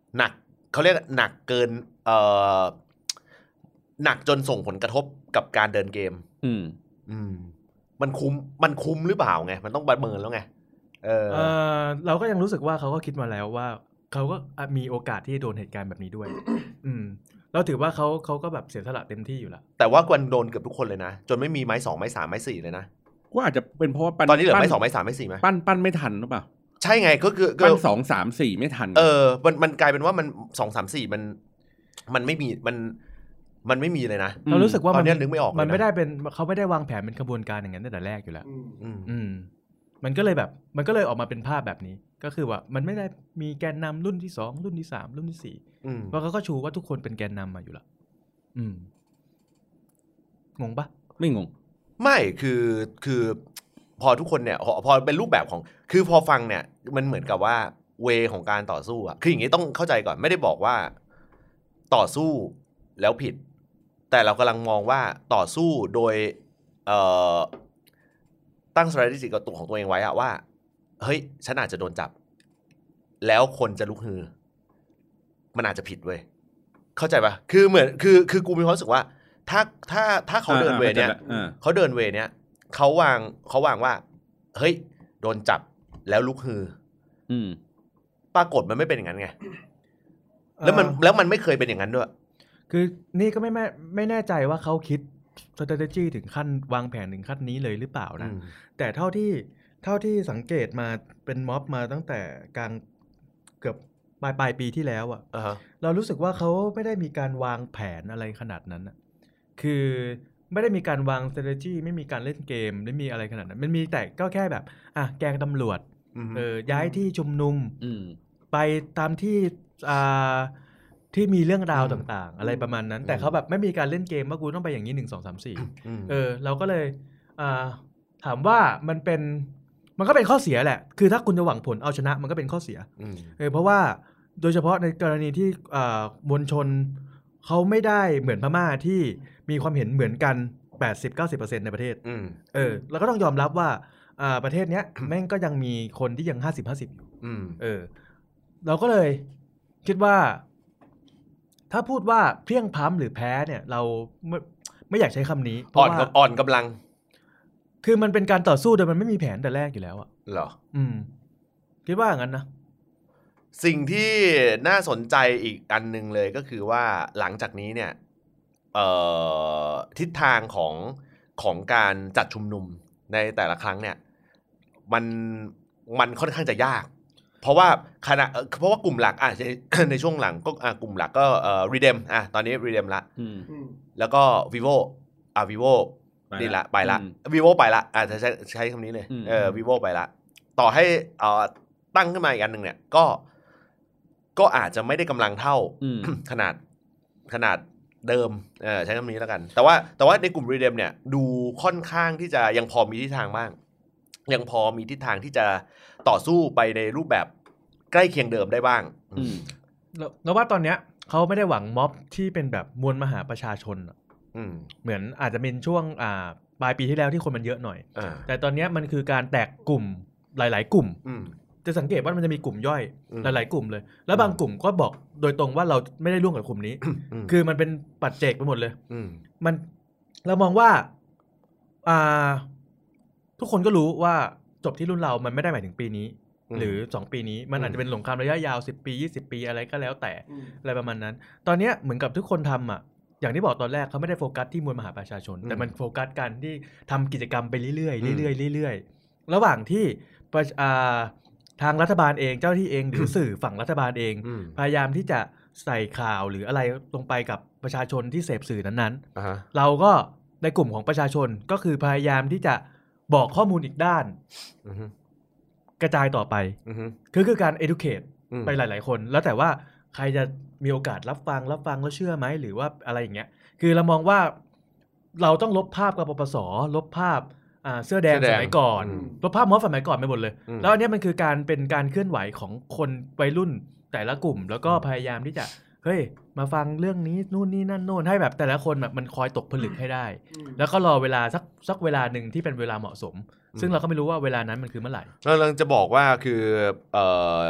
หนักเขาเรียกหนักเกินเอ่อหนักจนส่งผลกระทบกับการเดินเกมอืมอืมมันคุ้มมันคุ้มหรือเปล่าไงมันต้องประเมินแล้วไงเออเออเราก็ยังรู้สึกว่าเขาก็คิดมาแล้วว่าเขาก็มีโอกาสที่จะโดนเหตุการณ์แบบนี้ด้วย อืมเราถือว่าเขาเขาก็แบบเสียสละเต็มที่อยู่แล้วแต่ว่ากวนโดนเกือบทุกคนเลยนะจนไม่มีไม้สองไม้สามไม้สี่เลยนะก็อาจจะเป็นเพราะว่าตอนนี้เหลือไม้สองไม้สามไม้สี่ไหมปั้นปั้นไม่ทันหรือเปล่าใช่ไงก็คือปั้นสองสามสี่ไม่ทันเออมันมันกลายเป็นว่ามันสองสามสี่มันมันไม่มีมันมันไม่มีเลยนะเรารู้สึกว่ามันนึกไม่ออกมันไม่ได้เป็นเขาไม่ได้วางแผนเป็นขบวนการอย่างนั้นตั้งแต่แรกอยู่แล้วอืมมันก็เลยแบบมันก็เลยออกมาเป็นภาพแบบนี้ก็คือว่ามันไม่ได้มีแกนนำรุ่นที่สองรุ่นที่สามรุ่นที่สี่เพราะเขาก็ชูว่าทุกคนเป็นแกนนำมาอยู่แล้วอืมงงปะไม่งงไม่คือคือพอทุกคนเนี่ยพอเป็นรูปแบบของคือพอฟังเนี่ยมันเหมือนกับว่าเวของการต่อสู้อะคืออย่างนี้ต้องเข้าใจก่อนไม่ได้บอกว่าต่อสู้แล้วผิดแต่เรากำลังมองว่าต่อสู้โดยเอ่อตั้ง strategy กับตัวของตัวเองไว้อะว่าเฮ้ยฉันอาจจะโดนจับแล้วคนจะลุกฮือมันอาจจะผิดเว้ยเข้าใจปะคือเหมือนคือคือกูมีความรู้สึกว่าถ้าถ้าถ้าเขาเดินเวเนี้ยเขาเดินเวเนี้ยเขาวางเขาวางว่าเฮ้ยโดนจับแล้วลุกฮืออืมปรากฏมันไม่เป็นอย่างนั้นไงแล้วมันแล้วมันไม่เคยเป็นอย่างนั้นด้วยคือนี่ก็ไม่ไม่ไม่แน่ใจว่าเขาคิด strategy ถึงขั้นวางแผนถึงขั้นนี้เลยหรือเปล่านะแต่เท่าที่เท่าที่สังเกตมาเป็นม็อบมาตั้งแต่กลางเกือบปลายปลายปีที่แล้วอ่ะ uh-huh. เรารู้สึกว่าเขาไม่ได้มีการวางแผนอะไรขนาดนั้นอ่ะคือไม่ได้มีการวาง strategy ไม่มีการเล่นเกมไม่มีอะไรขนาดนั้นมันมีแต่ก็แค่แบบอ่ะแกงตำรวจ uh-huh. เออย้ายที่ชุมนุม uh-huh. ไปตามที่อ่าที่มีเรื่องราวต่างๆอะไรประมาณนั้นแต่เขาแบบไม่มีการเล่นเกมว่ากูต้องไปอย่างนี้หนึ่ง สอง สาม สี่เออเราก็เลยอ่าถามว่ามันเป็นมันก็เป็นข้อเสียแหละคือถ้าคุณจะหวังผลเอาชนะมันก็เป็นข้อเสียเออเพราะว่าโดยเฉพาะในกรณีที่อ่ามวลชนเขาไม่ได้เหมือนพม่าที่มีความเห็นเหมือนกัน แปดสิบถึงเก้าสิบเปอร์เซ็นต์ ในประเทศเออเราก็ต้องยอมรับว่าอ่าประเทศเนี้ยแม่งก็ยังมีคนที่ยัง ห้าสิบ ห้าสิบ อยู่เออเราก็เลยคิดว่าถ้าพูดว่าเพลี้ยงพล้ำหรือแพ้เนี่ยเราไม่ไม่อยากใช้คำนี้เพราะว่าอ่อนกำลังคือมันเป็นการต่อสู้โดยมันไม่มีแผนแต่แรกอยู่แล้วอ่ะเหรออืมคิดว่าอย่างนั้นนะสิ่งที่น่าสนใจอีกอันนึงเลยก็คือว่าหลังจากนี้เนี่ยเอ่อทิศทางของของการจัดชุมนุมในแต่ละครั้งเนี่ยมันมันค่อนข้างจะยากเพราะว่าคณะเพราะว่ากลุ่มหลักอ่ะในช่วงหลังก็อ่ะกลุ่มหลักก็เอ่อ Redeem อ่ะตอนนี้ Redeem ละแล้วก็ Vivo อ่ะ Vivo นี่ละไปละ Vivo ไปละอ่ะใช้ใช้คำนี้เลยเออ Vivo ไปละต่อให้เอ่อตั้งขึ้นมาอีกอันนึงเนี่ยก็ก็อาจจะไม่ได้กำลังเท่าขนาดขนาดเดิมเออใช้คำนี้แล้วกันแต่ว่าแต่ว่าในกลุ่ม Redeem เนี่ยดูค่อนข้างที่จะยังพอมีทิศทางบ้างยังพอมีทิศทางที่จะต่อสู้ไปในรูปแบบใกล้เคียงเดิมได้บ้างแล้วว่าตอนเนี้ยเขาไม่ได้หวังม็อบที่เป็นแบบมวลมหาประชาชนเหมือนอาจจะเป็นช่วงอ่าปลายปีที่แล้วที่คนมันเยอะหน่อยแต่ตอนนี้มันคือการแตกกลุ่มหลายๆกลุ่มจะสังเกตว่ามันจะมีกลุ่มย่อยหลายๆกลุ่มเลยแล้วบางกลุ่มก็บอกโดยตรงว่าเราไม่ได้ร่วมกับกลุ่มนี้คือมันเป็นปัจเจกไปหมดเลยมันเรามองว่าอ่าทุกคนก็รู้ว่าจบที่รุ่นเรามันไม่ได้หมายถึงปีนี้หรือสองปีนี้มันอาจจะเป็นสงครามระยะยาวสิบปียี่สิบปีอะไรก็แล้วแต่อะไรประมาณนั้นตอนนี้เหมือนกับทุกคนทำอ่ะอย่างที่บอกตอนแรกเขาไม่ได้โฟกัสที่มวลมหาประชาชนแต่มันโฟกัสกันที่ทำกิจกรรมไปเรื่อยๆเรื่อยๆเรื่อยๆระหว่างที่ทางรัฐบาลเองเจ้าที่เองหรือสื่อฝั่งรัฐบาลเองพยายามที่จะใส่ข่าวหรืออะไรลงไปกับประชาชนที่เสพสื่อนั้นๆเราก็ในกลุ่มของประชาชนก็คือพยายามที่จะบอกข้อมูลอีกด้านกระจายต่อไปคือคือการ educate ไปหลายๆคนแล้วแต่ว่าใครจะมีโอกาสรับฟังรับฟังแล้วเชื่อไหมหรือว่าอะไรอย่างเงี้ยคือเรามองว่าเราต้องลบภาพกปปสลบภาพเสื้อแดงสมัยก่อนลบภาพม็อบสมัยก่อนไปหมดเลยแล้วอันนี้มันคือการเป็นการเคลื่อนไหวของคนวัยรุ่นแต่ละกลุ่มแล้วก็พยายามที่จะเฮ้ยมาฟังเรื่องนี้นู่นนี่นั่นโน่นให้แบบแต่ละคนแบบมันคอยตกผลึกให้ได้แล้วก็รอเวลาสักสักเวลาหนึ่งที่เป็นเวลาเหมาะสมซึ่งเราก็ไม่รู้ว่าเวลานั้นมันคือเมื่อไหร่เรากำลังจะบอกว่าคือเอ่อ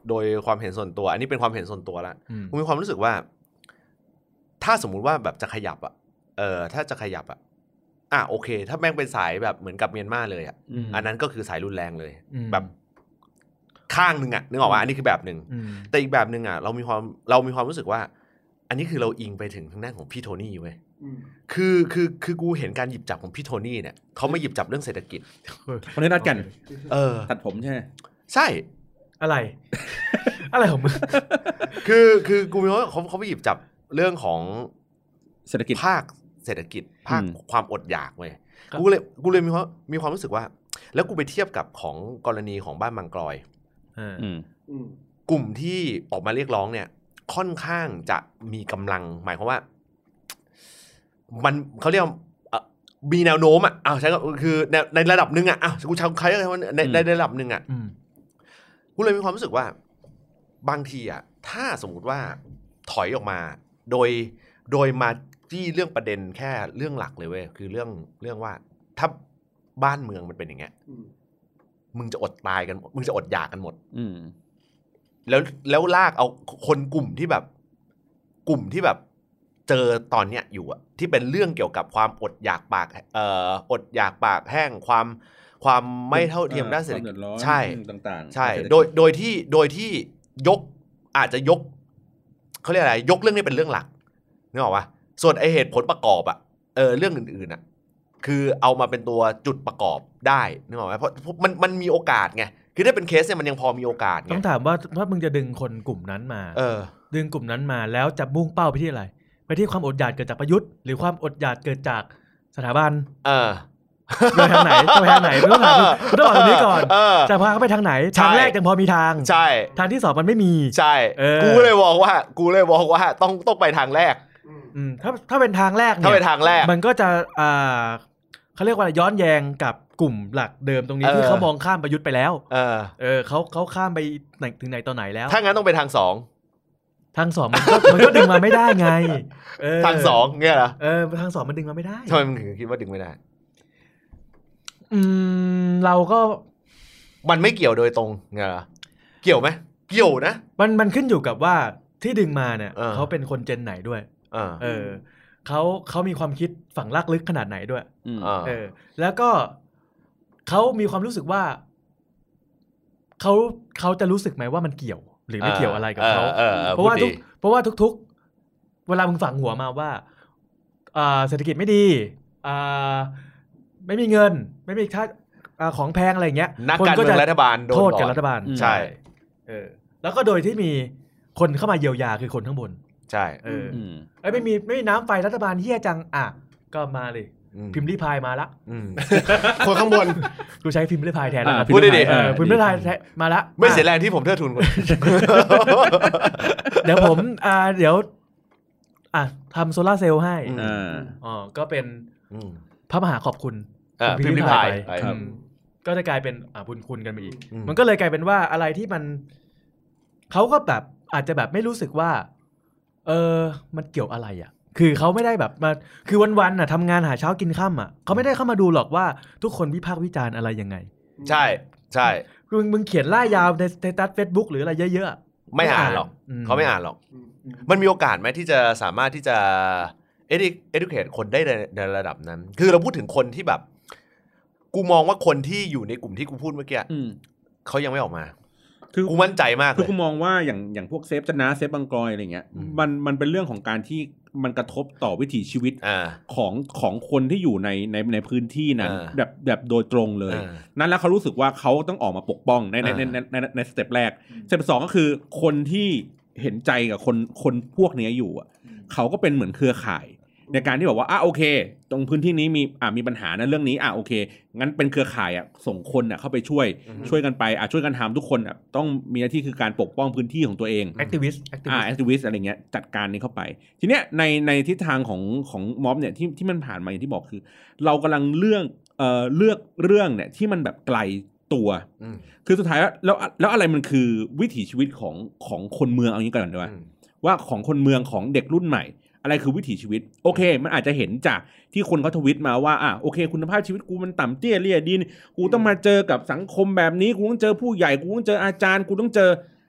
โดยความเห็นส่วนตัวอันนี้เป็นความเห็นส่วนตัวละกูมีความรู้สึกว่าถ้าสมมุติว่าแบบจะขยับอ่ะเออถ้าจะขยับอ่ะอ่ะโอเคถ้าแม่งเป็นสายแบบเหมือนกับเมียนมาเลยอ่ะอันนั้นก็คือสายรุนแรงเลยแบบข้างนึงอ่ะนึกออกว่าอันนี้คือแบบนึงแต่อีกแบบนึงอ่ะเรามีความเรามีความรู้สึกว่าอันนี้คือเราอิงไปถึงทางด้านของพี่โทนี่เว้ยคือคือคือกูเห็นการหยิบจับของพี่โทนี่เนี่ยเขาไม่หยิบจับเรื่องเศรษฐกิจคนนี้นัดกันเออตัดผมใช่ใช่อะไรอะไรของมึงคือคือกูมีว่าเขาเขาไปหยิบจับเรื่องของเศรษฐกิจภาคเศรษฐกิจภาคความอดอยากเว้ยกูเลยกูเลยมีความมีความรู้สึกว่าแล้วกูไปเทียบกับของกรณีของบ้านบางกลอยกลุ่มที่ออกมาเรียกร้องเนี่ยค่อนข้างจะมีกำลังหมายความว่ามันเขาเรียกมีแนวโน้มอ่ะอ้าวใช่ก็คือในระดับหนึ่งอ่ะอ้าวกูใช้ใครก็ได้ว่าในในระดับหนึ่งอ่ะกูเลยมีความรู้สึกว่าบางทีอ่ะถ้าสมมุติว่าถอยออกมาโดยโดยมาที่เรื่องประเด็นแค่เรื่องหลักเลยเว้ยคือเรื่องเรื่องว่าถ้าบ้านเมืองมันเป็นอย่างเงี้ยมึงจะอดตายกันมึงจะอดอยากกันหมดแล้วแล้วลากเอาคนกลุ่มที่แบบกลุ่มที่แบบเจอตอนเนี้ยอยู่อะที่เป็นเรื่องเกี่ยวกับความอดอยากปากเอ่ออดอยากปากแห้งความความไม่เท่าเทียมด้านเศรษฐกิจใช่ต่างๆใช่โดยโดยที่โดยที่ยกอาจจะยกเขาเรียกอะไรยกเรื่องนี้เป็นเรื่องหลักนึกออกปะส่วนไอเหตุผลประกอบอะเออเรื่องอื่นๆอะคือเอามาเป็นตัวจุดประกอบได้นึกออกไหมเพราะมันมันมีโอกาสไงคือถ้าเป็นเคสเนี่ยมันยังพอมีโอกาสไงต้องถามว่าถ้ามึงจะดึงคนกลุ่มนั้นมาเออดึงกลุ่มนั้นมาแล้วจะมุ่งเป้าไปที่อะไรไปที่ความอดอยากเกิดจากประยุทธ์หรือความอดอยากเกิดจากสถาบันเออไปทางไหนไปทางไหนมึงต้องถามมึงต้องบอกตรงนี้ก่อนจะพาเขาไปทางไหนทางแรกยังพอมีทางใช่ทางที่สองมันไม่มีใช่กูเลยบอกว่ากูเลยบอกว่าต้องต้องไปทางแรกอืมถ้าถ้าเป็นทางแรกเนี่ยถ้าเป็นทางแรกมันก็จะอ่าเขาเรียกว่าย้อนแย้งกับกลุ่มหลักเดิมตรงนี้ที่เขามองข้ามประยุทธ์ไปแล้วเออเออเขาเขาข้ามไปไหนถึงไหนต่อไหนแล้วถ้างั้นต้องไปทางสองทางสองมันก็มันก็ดึงมาไม่ได้ไงเออทางสองเงี้ยเหรอเออทางสองมันดึงมาไม่ได้ทำไมมึงถึงคิดว่าดึงไม่ได้อืมเราก็มันไม่เกี่ยวโดยตรงเงี้ยเหรอเกี่ยวไหมเกี่ยวนะมันมันขึ้นอยู่กับว่าที่ดึงมาเนี่ยเขาเป็นคนเจนไหนด้วยเออเขาเขามีความคิดฝังลากลึกขนาดไหนด้วยเออแล้วก็เขามีความรู้สึกว่าเขาเขาจะรู้สึกไหมว่ามันเกี่ยวหรือไม่เกี่ยวอะไรกับเขาเพราะว่าทุกเพราะว่าทุกๆเวลามึงฝังหัวมาว่าเศรษฐกิจไม่ดีไม่มีเงินไม่มีค่าของแพงอะไรอย่างเงี้ยนักการเมืองรัฐบาลโทษกับรัฐบาลใช่เออแล้วก็โดยที่มีคนเข้ามาเยียวยาคือคนข้างบนใช่เออไอ้ไม่มีไม่มีน้ำไฟรัฐบาลเฮี้ยจังอ่ะก็มาเลยพิมพ์รีพายมาละคนข้างบนกูใช้พิมพ์รีพายแทนแล้วพูดได้ดิพิมพ์รีพายมาละไม่เสียแรงที่ผมเทิดทุนคนเดี๋ยวผมอ่าเดี๋ยวอ่ะทำโซล่าเซลล์ให้อ๋อก็เป็นพระมหาขอบคุณพิมพ์รีพายก็จะกลายเป็นอ่าบุญคุณกันไปอีกมันก็เลยกลายเป็นว่าอะไรที่มันเขาก็แบบอาจจะแบบไม่รู้สึกว่าเออมันเกี่ยวอะไรอ่ะคือเขาไม่ได้แบบมาคือวันๆน่ะทำงานหาเช้ากินค่ำอ่ะเขาไม่ได้เข้ามาดูหรอกว่าทุกคนวิพากษ์วิจารณ์อะไรยังไงใช่ใช่มึงมึงเขียนล่ายาวในสเตตัส Facebook หรืออะไรเยอะๆไม่อ่านหรอกเขาไม่อ่านหรอกมันมีโอกาสไหมที่จะสามารถที่จะ educate คนได้ในระดับนั้นคือเราพูดถึงคนที่แบบกูมองว่าคนที่อยู่ในกลุ่มที่กูพูดเมื่อกี้เขายังไม่ออกมาคือกูมั่นใจมากเลยคือกูมองว่าอย่างอย่างพวกเซฟชนะเซฟบางกลอยอะไรเงี้ยมันมันเป็นเรื่องของการที่มันกระทบต่อวิถีชีวิตของของคนที่อยู่ในในในพื้นที่นั้นแบบแบบโดยตรงเลยนั้นแล้วเขารู้สึกว่าเขาต้องออกมาปกป้องในในในในในสเต็ปแรกสเต็ปสองก็คือคนที่เห็นใจกับคนคนพวกนี้อยู่อ่ะเขาก็เป็นเหมือนเครือข่ายในการที่บอกว่าอ่ะโอเคตรงพื้นที่นี้มีอ่ะมีปัญหานะเรื่องนี้อ่ะโอเคงั้นเป็นเครือข่ายอ่ะส่งคนอ่ะเข้าไปช่วยช่วยกันไปอ่ะช่วยกันทำทุกคนอ่ะต้องมีหน้าที่คือการปกป้องพื้นที่ของตัวเองแอคทิวิสต์อ่าแอคทิวิสต์อะไรเงี้ยจัดการนี้เข้าไปทีเนี้ยในในทิศทางของของม็อบเนี่ยที่ที่มันผ่านมาอย่างที่บอกคือเรากำลังเลือกเอ่อเลือกเรื่องเนี่ยที่มันแบบไกลตัวคือสุดท้ายแล้วแล้วแล้วอะไรมันคือวิถีชีวิตของของคนเมืองเอางี้ก่อนดีกว่าว่าของคนเมืองของเด็กรุ่นใหม่อะไรคือวิถีชีวิตโอเคมันอาจจะเห็นจากที่คนเขาทวิตมาว่าอ่ะโอเคคุณภาพชีวิตกูมันต่ำเตี้ยเลี่ยดินกูต้องมาเจอกับสังคมแบบนี้กูต้องเจอผู้ใหญ่กูต้องเจออาจารย์กูต้องเจอ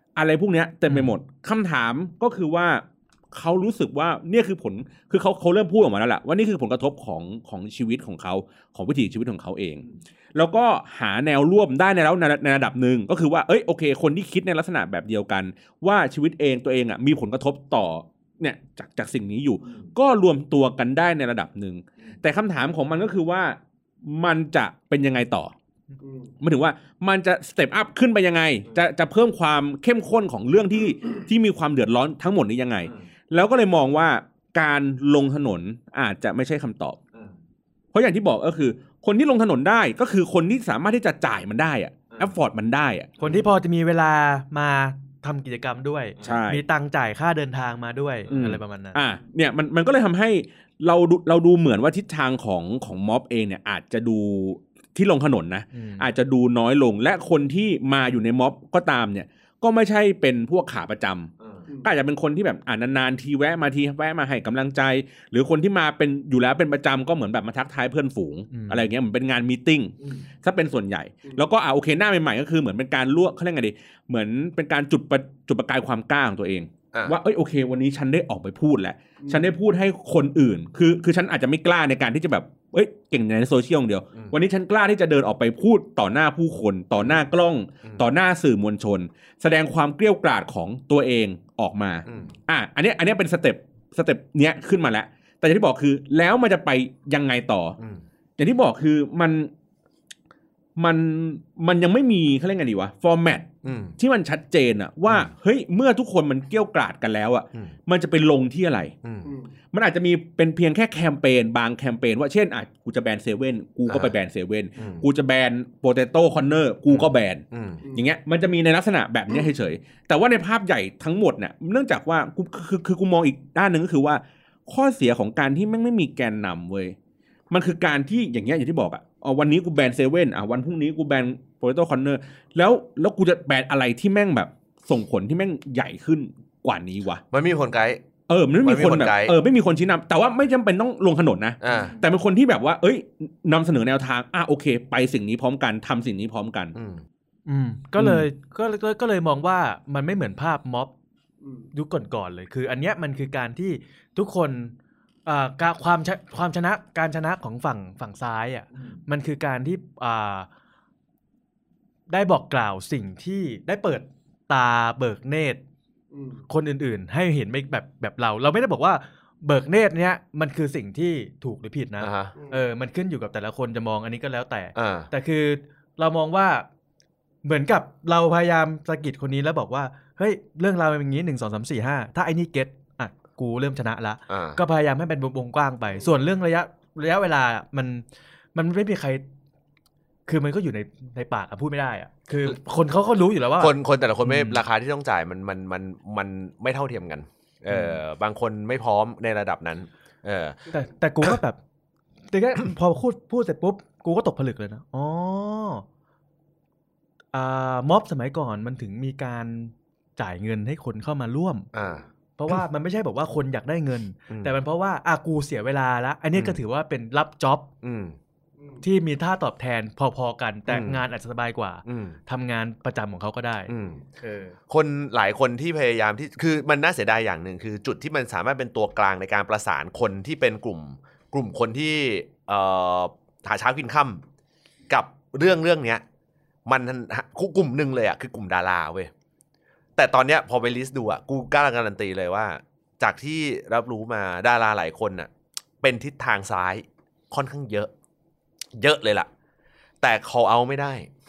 อะไรพวกเนี้ยเต็มไปหมดคำถามก็คือว่าเขารู้สึกว่าเนี่ยคือผลคือเขาเขาเริ่มพูดออกมาแล้วแหละว่านี่คือผลกระทบของของชีวิตของเขาของวิถีชีวิตของเขาเองแล้วก็หาแนวร่วมได้ในแล้วในระดับหนึ่งก็คือว่าเอ้ยโอเคคนที่คิดในลักษณะแบบเดียวกันว่าชีวิตเองตัวเองอ่ะมีผลกระทบต่อเนี่ยจากจากสิ่งนี้อยู่ก็รวมตัวกันได้ในระดับหนึ่งแต่คำถามของมันก็คือว่ามันจะเป็นยังไงต่อหมายถึงว่ามันจะสเต็ปอัพขึ้นไปยังไงจะจะเพิ่มความเข้มข้นของเรื่องที่ที่มีความเดือดร้อนทั้งหมดนี้ยังไงแล้วก็เลยมองว่าการลงถนนอาจจะไม่ใช่คำตอบเพราะอย่างที่บอกก็คือคนที่ลงถนนได้ก็คือคนที่สามารถที่จะจ่ายมันได้อะแอฟฟอร์ดมันได้อะคนที่พอจะมีเวลามาทำกิจกรรมด้วยมีตังจ่ายค่าเดินทางมาด้วยอะไรประมาณนั้นอ่าเนี่ยมันมันก็เลยทำให้เราเราดูเหมือนว่าทิศทางของของม็อบเองเนี่ยอาจจะดูที่ลงถนนนะอาจจะดูน้อยลงและคนที่มาอยู่ในม็อบก็ตามเนี่ยก็ไม่ใช่เป็นพวกขาประจำก็อาจจะเป็นคนที่แบบอ่านานๆทีแวะมาทีแวะมาให้กำลังใจหรือคนที่มาเป็นอยู่แล้วเป็นประจำก็เหมือนแบบมาทักทายเพื่อนฝูงอะไรอย่างเงี้ยเหมือนเป็นงานมีตติ้งถ้าเป็นส่วนใหญ่แล้วก็อ่าโอเคหน้าใหม่ๆก็คือเหมือนเป็นการลวกเขาเรียกไงดีเหมือนเป็นการจุดประจุดประกายความกล้าของตัวเองว่าเอ้ยโอเควันนี้ฉันได้ออกไปพูดแล้วฉันได้พูดให้คนอื่นคือคือฉันอาจจะไม่กล้าในการที่จะแบบเอ้ยเก่งในโซเชียลอย่างเดียววันนี้ฉันกล้าที่จะเดินออกไปพูดต่อหน้าผู้คนต่อหน้ากล้องต่อหน้าสื่อมวลชนแสดงความเกรี้ยวกราดของตัวเองออกมาอ่ะอันนี้อันนี้เป็นสเต็ปสเต็ปเนี้ยขึ้นมาแล้วแต่อย่างที่บอกคือแล้วมันจะไปยังไงต่ออย่างที่บอกคือมันมันมันยังไม่มีเขาเรียกไงดีวะฟอร์แมตที่มันชัดเจนอะว่าเฮ้ยเมื่อทุกคนมันเกรี้ยวกราดกันแล้วอะมันจะไปลงที่อะไรมันอาจจะมีเป็นเพียงแค่แคมเปญบางแคมเปญว่าเช่นอ่ะกูจะแบนเซเว่นกูก็ไปแบนเซเว่นกูจะแบนโปเตโต้คอนเนอร์กูก็แบนอย่างเงี้ยมันจะมีในลักษณะแบบนี้เฉยๆแต่ว่าในภาพใหญ่ทั้งหมดเนี่ยเนื่องจากว่ากูคือคือกูมองอีกด้านนึงก็คือว่าข้อเสียของการที่แม่งไม่มีแกนนำเว้ยมันคือการที่อย่างเงี้ยอย่างที่บอกอ่ะอ๋อวันนี้กูแบนเซเว่นอ่ะวันพรุ่งนี้กูแบนโปเตโต้คอนเนอร์แล้วแล้วกูจะแบนอะไรที่แม่งแบบส่งผลที่แม่งใหญ่ขึ้นกว่านี้วะมันมีคนไกด์เออมันไม่มีคนแบบเออไม่มีคนชี้นำแต่ว่าไม่จำเป็นต้องลงถนนนะแต่เป็นคนที่แบบว่าเอ้ยนำเสนอแนวทางอ่ะโอเคไปสิ่งนี้พร้อมกันทำสิ่งนี้พร้อมกันอืมก็เลยก็ก็เลยมองว่ามันไม่เหมือนภาพม็อบยุคก่อนๆเลยคืออันเนี้ยมันคือการที่ทุกคนอ่าการความความชนะการชนะของฝั่งฝั่งซ้ายอ่ะมันคือการที่อ่าได้บอกกล่าวสิ่งที่ได้เปิดตาเบิกเนตรคนอื่นๆให้เห็นไม่แบบแบบเราเราไม่ได้บอกว่าเบิกเนตรเนี้ยมันคือสิ่งที่ถูกหรือผิดนะ uh-huh. เออมันขึ้นอยู่กับแต่ละคนจะมองอันนี้ก็แล้วแต่ uh. แต่คือเรามองว่าเหมือนกับเราพยายามสะกิดคนนี้แล้วบอกว่าเฮ้ยเรื่องราวเป็นอย่างนี้หนึ่งสองสามสี่ห้าถ้าไอ้นี่เก็ตอ่ะกูเริ่มชนะละ uh. ก็พยายามให้เป็นวงกว้างไปส่วนเรื่องระยะระยะเวลามันมันไม่มีใครคือมันก็อยู่ในในปากอะพูดไม่ได้อะคือคนเขาก็รู้อยู่แล้วว่าคนคนแต่ละคนไม่ราคาที่ต้องจ่ายมันมันมันมันไม่เท่าเทียมกันเออบางคนไม่พร้อมในระดับนั้นเออแต่แต่กูก็แบบแต่ก็พอพูดพูดเสร็จปุ๊บกูก็ตกผลึกเลยนะอ๋ออ่าม็อบสมัยก่อนมันถึงมีการจ่ายเงินให้คนเข้ามาร่วมอ่าเพราะว่ามันไม่ใช่แบบว่าคนอยากได้เงินแต่มันเพราะว่าอ่ะกูเสียเวลาแล้วอันนี้ก็ถือว่าเป็นรับจ็อบที่มีท่าตอบแทนพอๆกันแต่งานอาจจะสบายกว่าทำงานประจำของเขาก็ได้เออคนหลายคนที่พยายามที่คือมันน่าเสียดายอย่างหนึ่งคือจุดที่มันสามารถเป็นตัวกลางในการประสานคนที่เป็นกลุ่มกลุ่มคนที่เอ่อหาเช้ากินค่ำกับเรื่องเรื่องนี้มันกลุ่มนึงเลยอ่ะคือกลุ่มดาราเว้ยแต่ตอนเนี้ยพอไปลิสต์ดูอ่ะกูกล้าการันตีเลยว่าจากที่รับรู้มาดาราหลายคนอ่ะเป็นทิศทางซ้ายค่อนข้างเยอะเยอะเลยล่ะแต่ call out ไม่ได้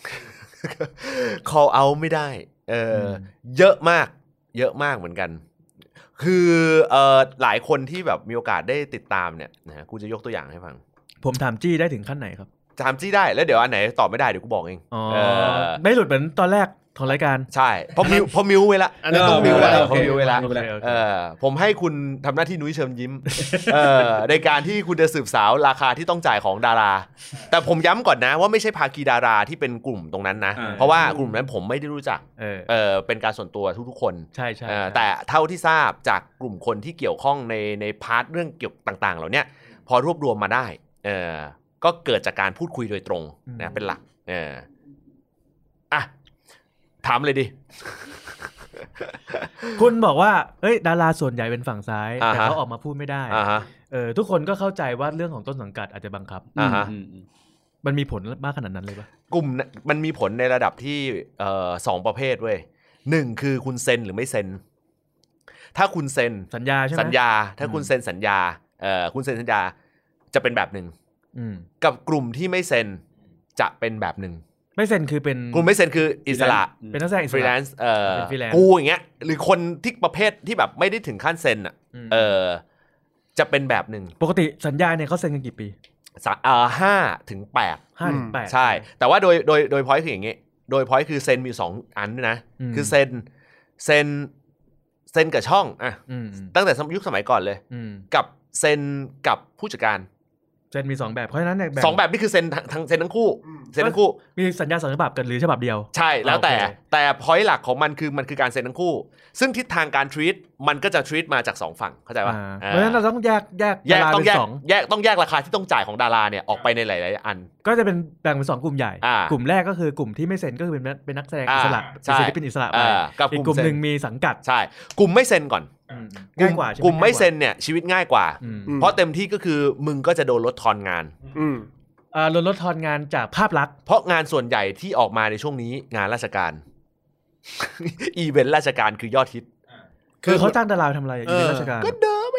call out ไม่ได้เออเยอะมากเยอะมากเหมือนกันคือเอ่อหลายคนที่แบบมีโอกาสได้ติดตามเนี่ยนะกูจะยกตัวอย่างให้ฟังผมถามจี้ได้ถึงขั้นไหนครับถามจี้ได้แล้วเดี๋ยวอันไหนตอบไม่ได้เดี๋ยวกูบอกเองอ๋อไม่หลุดเหมือนตอนแรกของรายการใช่เพราะมิวเพราะมิวไว้ละอันนี้ต้องมิวไว้แล้วเพราะมิวไว้แล้วเออผมให้คุณทำหน้าที่นุ้ยเชิญยิ้มเออในการที่คุณจะสืบสาวราคาที่ต้องจ่ายของดาราแต่ผมย้ำก่อนนะว่าไม่ใช่ภาคีดาราที่เป็นกลุ่มตรงนั้นนะเพราะว่ากลุ่มนั้นผมไม่ได้รู้จักเออเป็นการส่วนตัวทุกๆคนใช่ใช่แต่เท่าที่ทราบจากกลุ่มคนที่เกี่ยวข้องในในพาร์ทเรื่องเกี่ยวต่างๆเหล่านี้พอรวบรวมมาได้เออก็เกิดจากการพูดคุยโดยตรงนะเป็นหลักเอออ่ะถามเลยดิคุณบอกว่าเอ้ยดาราส่วนใหญ่เป็นฝั่งซ้ายอ่าฮะแต่เขาออกมาพูดไม่ได้อ่าฮะเออทุกคนก็เข้าใจว่าเรื่องของต้นสังกัดอาจจะบังคับอ่าฮะมันมีผลมากขนาดนั้นเลยปะกลุ่มน่ะมันมีผลในระดับที่เอ่อสองประเภทเว้ยหนึ่งคือคุณเซ็นหรือไม่เซ็นถ้าคุณเซ็นสัญญาใช่ไหมสัญญาถ้าคุณเซ็นสัญญาเอ่อคุณเซ็นสัญญาจะเป็นแบบหนึ่งอืมกับกลุ่มที่ไม่เซ็นจะเป็นแบบหนึ่งไม่เซ็นคือเป็นกลุ่มไม่เซ็นคืออิสระเป็นนักแสดงอิสฟรีแลระนซ์เอ่อเป็น freelance กูอย่างเงี้ยหรือคนที่ประเภทที่แบบไม่ได้ถึงขั้นเซ็นอ่ะอืมเออจะเป็นแบบหนึ่งปกติสัญญาเนี่ยเขาเซ็นกันกี่ปีสะเอ่อห้าถึงแปดห้าถึงแปดใช่แต่ว่าโดยโดยโดยพอยต์คืออย่างงี้โดยพอยต์คือเซ็นมีสองอันด้วยนะอืมคือเซ็นเซ็นเซ็นกับช่องอ่ะอืมตั้งแต่ยุคสมัยก่อนเลยอืมกับเซ็นกับผู้จัดการเซ็นมีสองแบบเพราะฉะนั้นเนี่ยสองแบบนี่คือเซ็นทั้งทั้งเซ็นทั้งคู่เซ็นทั้งคู่มีสัญญาสองฉบับกันหรือฉบับเดียวใช่แล้วแต่โอเคแต่พอยต์หลักของมันคือมันคือการเซ็นทั้งคู่ ซึ่งทิศทางการทรีตมันก็จะทรีตมาจากสองฝั่งเข้าใจป่ะอ่าอ่าเพราะฉะนั้นเราต้องแยกแยกแยกดาราต้องเป็แยนกสองแยกต้องแยกราคาที่ต้องจ่ายของดาราเนี่ยออกไปในหลายๆอันก็จะเป็นแบ่งเป็นสองกลุ่มใหญ่อ่ากลุ่มแรกก็คือกลุ่มที่ไม่เซ็นก็คือเป็นนักเป็นนักแสดงอ่าอิสระใช่เป็นศิลปินอิสระไปอ่ากับอีกกกลุ่ลุ่มมหนึ่งเซ็นมีสังกัดใช่กลุ่มไม่เซ็นก่อนอืมกลุ่ง่ายกว่าใช่ไหมกลุ่มไม่ง่ายกว่าเซ็นเนี่ยชีวิตง่ายกว่าอืมเพราะเต็มที่ก็คือมึงก็จะโดนลดทอนงานอืมอ่าลดลดทอนงานจากภาพลักษณ์เพราะงานส่วนใหญ่ที่ออกมาในช่วงนี้งานราชการ อีเวนต์ราชการคือยอดฮิตคือเขาจ้างดาราไปทำอะไรอ่ะเออีอเวนต์ราชการก็เดินไป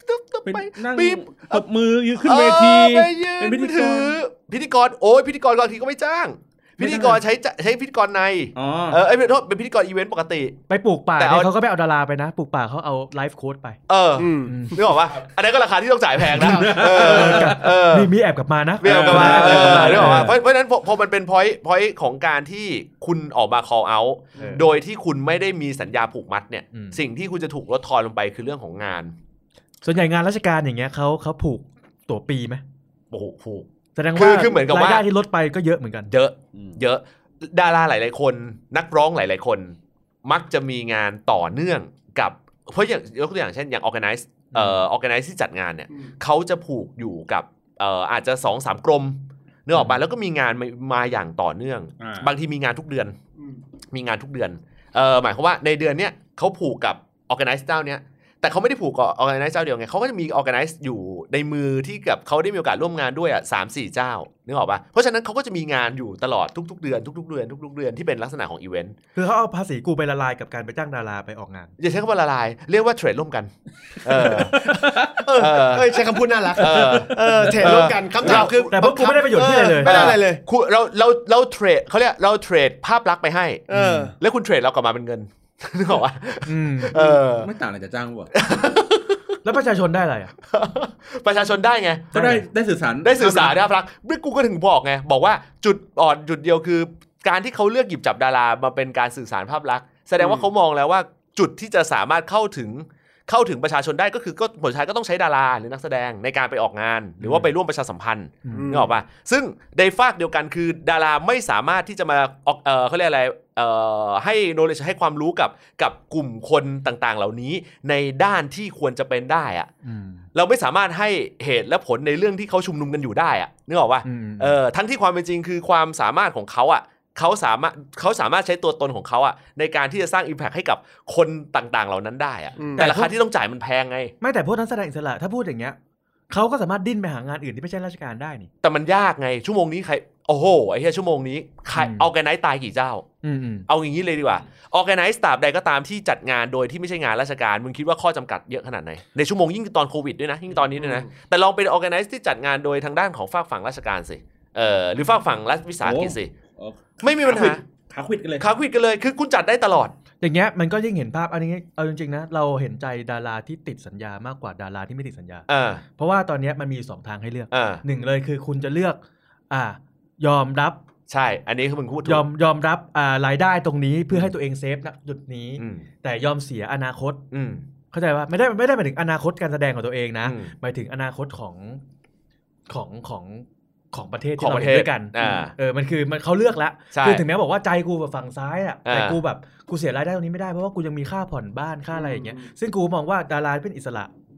เป็นไปนั่งปีบตบมือยืนขึ้นเวทีออไปยืนเป็นพิธีกถืรอพิธีกรโอ้ยพิธีกรบางทีก็ไม่จ้าง พิธีกรใช้ใช้พิธีกรในอ๋อเออไอ้เป็นโทษเป็นพิธีกรอีเวนต์ปกติไปปลูกป่าแต่เนี่ยเอาเขาก็ไม่เอาดาราไปนะปลูกป่าเขาเอาไลฟ์โค้ดไปเอออืมนึกออกปะอันนั้นก็ราคาที่ต้องจ่ายแพงนะเออเออมีมีแอบกลับมานะเบี้ยวกันมาแอบเอกลับอมานึกออกปะเพราะเพราะฉะนั้นพอพอมันเป็น point point ของการที่คุณออกมา call out เออโดยที่คุณไม่ได้มีสัญญาผูกมัดเนี่ยอืมสิ่งที่คุณจะถูกลดทอนลงไปคือเรื่องของงานส่วนใหญ่งานราชการอย่างเงี้ยเขาเขาผูกตั๋วปีไหมโอ้โหผูกแสดงคืว่าอคือเหมือนกับว่ารายได้ที่ลดไปก็เยอะเหมือนกันเยอะอืมเยอะดาราหลาย ๆ คนนักร้องหลาย ๆ คน มักจะมีงานต่อเนื่องกับเพราะอย่างยกตัวอย่างเช่นอย่าง organize เอ่อ organize ที่จัดงานเนี่ยอืมเขาจะผูกอยู่กับเอ่ออาจจะ สองสาม กรมเนื้อออกมาแล้วก็มีงานมามาอย่างต่อเนื่องอ่าบางทีมีงานทุกเดือนอืมมีงานทุกเดือนเอ่อหมายความว่าในเดือนเนี้ยเขาผูกกับ organize เจ้าเนี้ยแต่เขาไม่ได้ผูกกับ organize เจ้าเดียวไงเขาก็จะมี organize อยู่ในมือที่กับเขาได้มีโอกาสร่วมงานด้วยอ่ะสามสี่เจ้านึกออกปะเพราะฉะนั้นเขาก็จะมีงานอยู่ตลอดทุก ๆ เดือนทุก ๆ เดือนทุก ๆ เดือนที่เป็นลักษณะของอีเวนต์คือเขาเอาภาษีกูไปละลายกับการไปจ้างดาราไปออกงานอย่าใช้คำว่าละลายเรียกว่าเทรดร่วมกันเออเออเออเอ้ยใช้คำพูดน่ารักเออเออเทรดร่วมกันคำถามคือแต่พวกกูไม่ได้ประโยชน์ที่อะไรเลยไม่ได้อะไรเลยคุณเราเราเราเทรดเขาเรียกเราเทรดภาพลักษณ์ไปให้เออแล้วคุณเทรดเรากลับมาเป็นเงินนึกออกปะอืมเออไม่ต่างอะไรจะจ้างวะแล้วประชาชนได้อะไรอ่ะประชาชนได้ไงก็ได้ได้สื่อสารได้สื่อสารภาพลักษณ์เมื่อกูก็ถึงบอกไงบอกว่าจุดอ่อนจุดเดียวคือ การที่เขาเลือกหยิบจับดารามาเป็นการสื่อสารภาพลักษณ์แสดงว่าเขามองแล้วว่าจุดที่จะสามารถเข้าถึงเข้าถึงประชาชนได้ก็คือก็ผลท้ายก็ต้องใช้ดาราหรือนักแสดงในการไปออกงาน หรือว่าไปร่วมประชาสัมพันธ์อืมนึกออกป่ะซึ่งในฝากเดียวกันคือดาราไม่สามารถที่จะมาออกเออเขาเรียกอะไรเอ่อให้ knowledge ให้ความรู้กับกับกลุ่มคนต่างๆ เหล่านี้ในด้านที่ควรจะเป็นได้อะอืมเราไม่สามารถให้เหตุและผลในเรื่องที่เขาชุมนุมกันอยู่ได้อะนึกออกป่ะอืมเออทั้งที่ความเป็นจริงคือความสามารถของเขาอ่ะเขาสามารถเขาสามารถใช้ตัวตนของเขาอ่ะในการที่จะสร้าง impact ให้กับคนต่างๆ เหล่านั้นได้อ่ะอืมแต่ราคาที่ต้องจ่ายมันแพงไงไม่แต่พวกนักแสดงอิสระถ้าพูดอย่างเงี้ยเขาก็สามารถดิ้นไปหางานอื่นที่ไม่ใช่ราชการได้นี่แต่มันยากไงชั่วโมงนี้ใครโอ้โหไอ้เหี้ยชั่วโมงนี้ใครอืมเอาแกไนซ์ตายกี่เจ้าอืมอืมเอาอย่างนี้เลยดีกว่าออแกไนซ์ตราบใดก็ตามที่จัดงานโดยที่ไม่ใช่งานราชการมึงคิดว่าข้อจำกัดเยอะขนาดไหนในชั่วโมงยิ่งตอนโควิดด้วยนะยิ่งตอนนี้ด้วยนะแต่ลองเป็นออแกไนซ์ที่จัดงานโดยทางด้านของฝากฝั่งราชการสิเออหรือฝากฝั่งรัฐวิสาหกิจสิโอ้ไม่มีปัญหาขาควิดกันเลยคาควิดกันเลยคือคุณจัดได้ตลอดอย่างเงี้ยมันก็ยิ่งเห็นภาพอันนี้เอาจริงๆนะเราเห็นใจดาราที่ติดสัญญามากกว่าดาราที่ไม่ติดสัญญาอ่าเพราะว่าตอนเนี้ยมันมีสองทางให้เลือกอ่าหนึ่งเลยคือคุณจะเลือกอ่ายอมรับใช่อันนี้คือมึงพูดถูกยอมยอมรับอ่ารายได้ตรงนี้เพื่อให้ตัวเองเซฟณจุดนี้อืมแต่ยอมเสียอนาคตอืมเข้าใจว่าไม่ได้ไม่ได้หมายถึงอนาคตการแสดงของตัวเองนะอืมหมายถึงอนาคตของของของของประเทศขอที่งเราประเห็เทศนด้วยกันอ่าเออมันคือมันเขาเลือกแล้วใช่คือถึงแม้บอกว่าใจกูแบบฝั่งซ้ายอ่ะอ่าแต่กูแบบกูเสียรายได้ตรงนี้ไม่ได้เพราะว่ากูยังมีค่าผ่อนบ้านค่าอะไรอย่างเงี้ยซึ่งกูมองว่าดาราที่เป็นอิสระ